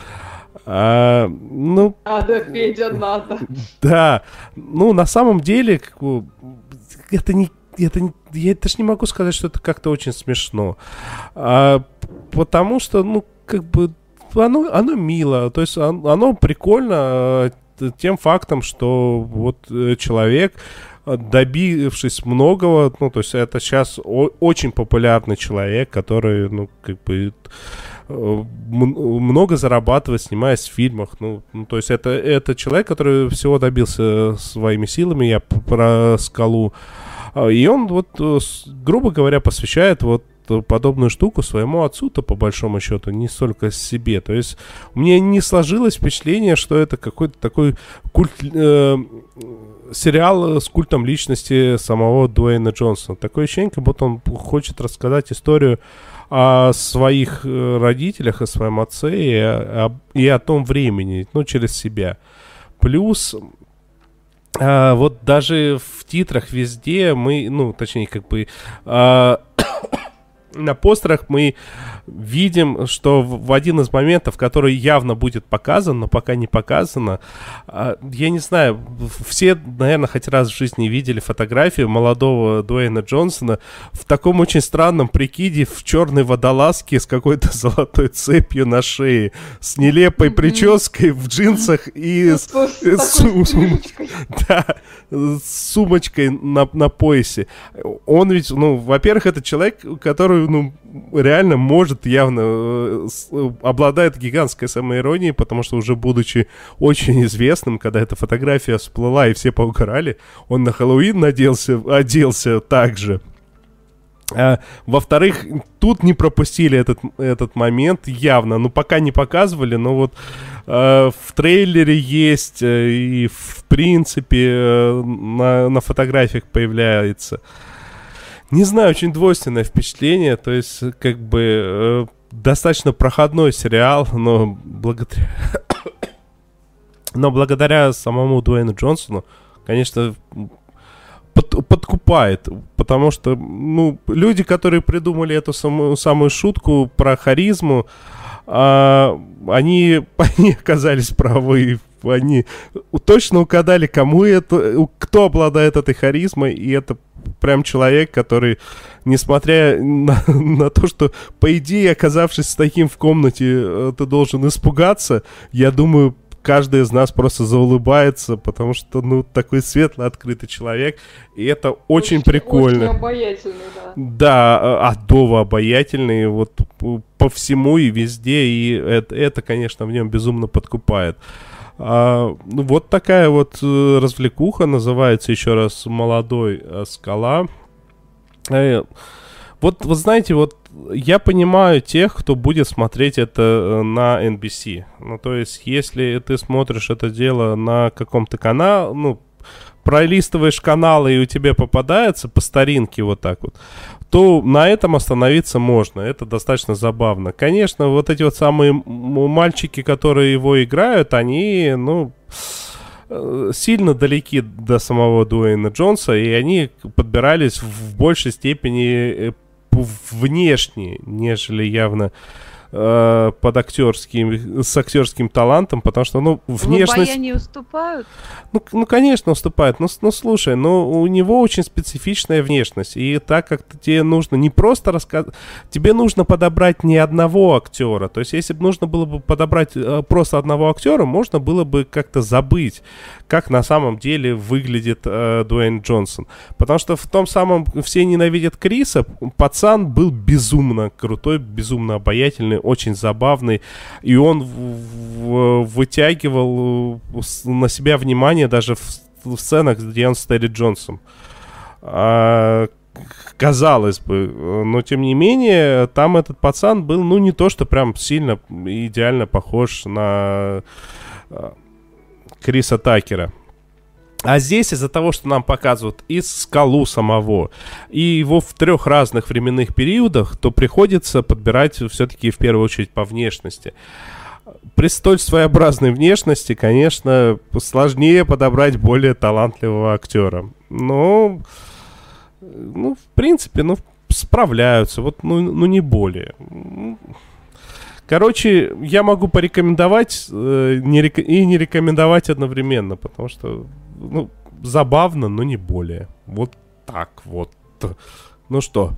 А, ну, надо, Федя, надо. Да, ну, на самом деле, как бы, это не Это, я даже не могу сказать, что это как-то очень смешно. А, потому что, ну, как бы, оно, оно мило. То есть оно, оно прикольно а, тем фактом, что вот человек, добившись многого, ну, то есть это сейчас о, очень популярный человек, который, ну, как бы, много зарабатывает, снимаясь в фильмах. Ну, ну, то есть это, это человек, который всего добился своими силами. Я про «Скалу». И он, вот, грубо говоря, посвящает вот подобную штуку своему отцу-то, по большому счету, не столько себе. То есть у меня не сложилось впечатление, что это какой-то такой культ, э, сериал с культом личности самого Дуэйна Джонсона. Такое ощущение, как будто он хочет рассказать историю о своих родителях, о своем отце и о, и о том времени, ну, через себя. Плюс... А, вот даже в титрах везде мы, ну, точнее, как бы, а, на постерах мы видим, что в, в один из моментов, который явно будет показан, но пока не показано, а, я не знаю, все, наверное, хоть раз в жизни видели фотографию молодого Дуэйна Джонсона в таком очень странном прикиде, в черной водолазке с какой-то золотой цепью на шее, с нелепой mm-hmm. прической, в джинсах и с, с, с, сумочкой. Да, с сумочкой на, на поясе. Он ведь, ну, во-первых, это человек, который, ну, реально может явно э, с, э, обладает гигантской самоиронией, потому что уже будучи очень известным, когда эта фотография всплыла и все поугорали, он на Хэллоуин наделся, оделся так же. А, во-вторых, тут не пропустили этот, этот момент явно, ну пока не показывали, но вот э, в трейлере есть э, и в принципе э, на, на фотографиях появляется. Не знаю, очень двойственное впечатление, то есть как бы э, достаточно проходной сериал, но благодаря, но благодаря самому Дуэйну Джонсону, конечно, под, подкупает, потому что, ну, люди, которые придумали эту самую, самую шутку про харизму, э, они, они оказались правы. Они точно угадали, кому это, кто обладает этой харизмой, и это прям человек, который, несмотря на, на то, что, по идее, оказавшись с таким в комнате, ты должен испугаться, я думаю, каждый из нас просто заулыбается, потому что, ну, такой светлый, открытый человек, и это очень, очень прикольно. Очень обаятельный, да. Да, адово обаятельный, вот по всему и везде, и это, это конечно, в нем безумно подкупает. А, ну, вот такая вот э, развлекуха, называется еще раз «Молодой э, скала». Э, вот, вот знаете, вот я понимаю тех, кто будет смотреть это э, на эн би си. Ну, то есть, если ты смотришь это дело на каком-то канале, ну, пролистываешь каналы, и у тебя попадается по старинке вот так вот, то на этом остановиться можно. Это достаточно забавно. Конечно, вот эти вот самые мальчики, которые его играют, они, ну, сильно далеки до самого Дуэйна Джонса, и они подбирались в большей степени внешне, нежели явно э, под актерским, с актерским талантом, потому что, ну, внешность... В обаянии уступают? Ну, ну, конечно, уступает. Ну, ну, слушай, ну, у него очень специфичная внешность. И так как тебе нужно не просто рассказать... Тебе нужно подобрать не одного актера. То есть, если бы нужно было бы подобрать э, просто одного актера, можно было бы как-то забыть, как на самом деле выглядит э, Дуэйн Джонсон. Потому что в том самом «Все ненавидят Криса» пацан был безумно крутой, безумно обаятельный, очень забавный. И он в- в- вытягивал на себя внимание даже в, в сценах, где он с Терри Джонсом. А, казалось бы. Но, тем не менее, там этот пацан был, ну, не то, что прям сильно идеально похож на а, Криса Такера. А здесь из-за того, что нам показывают и скалу самого, и его в трех разных временных периодах, то приходится подбирать все-таки в первую очередь по внешности. При столь своеобразной внешности, конечно, сложнее подобрать более талантливого актера. Но, ну, в принципе, ну, справляются. Вот, ну, ну не более. Короче, я могу порекомендовать э, не рек... и не рекомендовать одновременно, потому что, ну, забавно, но не более. Вот так вот. Ну что...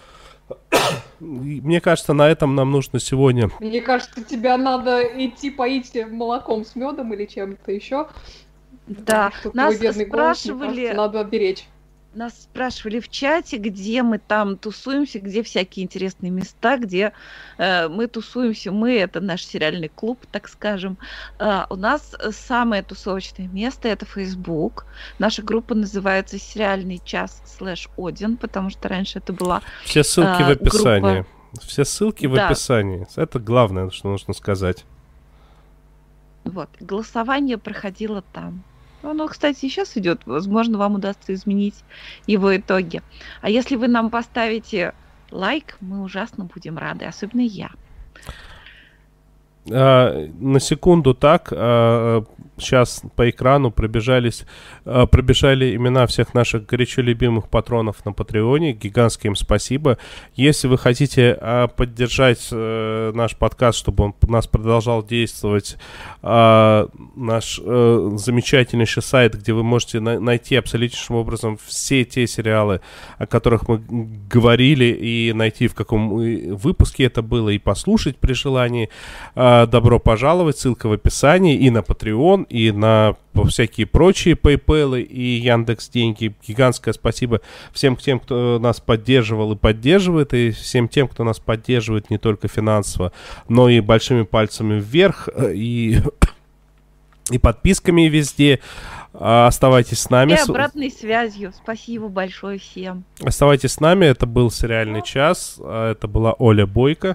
Мне кажется, на этом нам нужно сегодня... Мне кажется, тебя надо идти поить молоком с медом или чем-то еще. Да, нас спрашивали... Голос, мне кажется, надо беречь. Нас спрашивали в чате, где мы там тусуемся, где всякие интересные места, где э, мы тусуемся. Мы — это наш сериальный клуб, так скажем. Э, у нас самое тусовочное место — это Facebook. Наша группа называется «Сериальный час слэш Один», потому что раньше это была Все ссылки э, в описании. группа... Все ссылки в да. описании. Это главное, что нужно сказать. Вот. Голосование проходило там. Оно, кстати, сейчас идет. Возможно, вам удастся изменить его итоги. А если вы нам поставите лайк, мы ужасно будем рады, особенно я. А, на секунду так. А, сейчас по экрану пробежались, э, пробежали имена всех наших горячо любимых патронов на Патреоне. Гигантское им спасибо. Если вы хотите э, поддержать э, наш подкаст, чтобы он у нас продолжал действовать, э, наш э, замечательнейший сайт, где вы можете на- найти абсолютнейшим образом все те сериалы, о которых мы говорили, и найти, в каком выпуске это было, и послушать при желании. Э, добро пожаловать. Ссылка в описании и на Patreon, и на всякие прочие PayPal и Яндекс.Деньги. Гигантское спасибо всем тем, кто нас поддерживал и поддерживает, и всем тем, кто нас поддерживает не только финансово, но и большими пальцами вверх, и, и подписками везде. Оставайтесь с нами. И обратной связью. Спасибо большое всем. Оставайтесь с нами. Это был «Сериальный час». Это была Оля Бойко.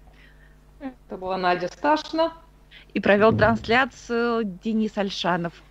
Это была Надя Сташина. И провел трансляцию Денис Альшанов.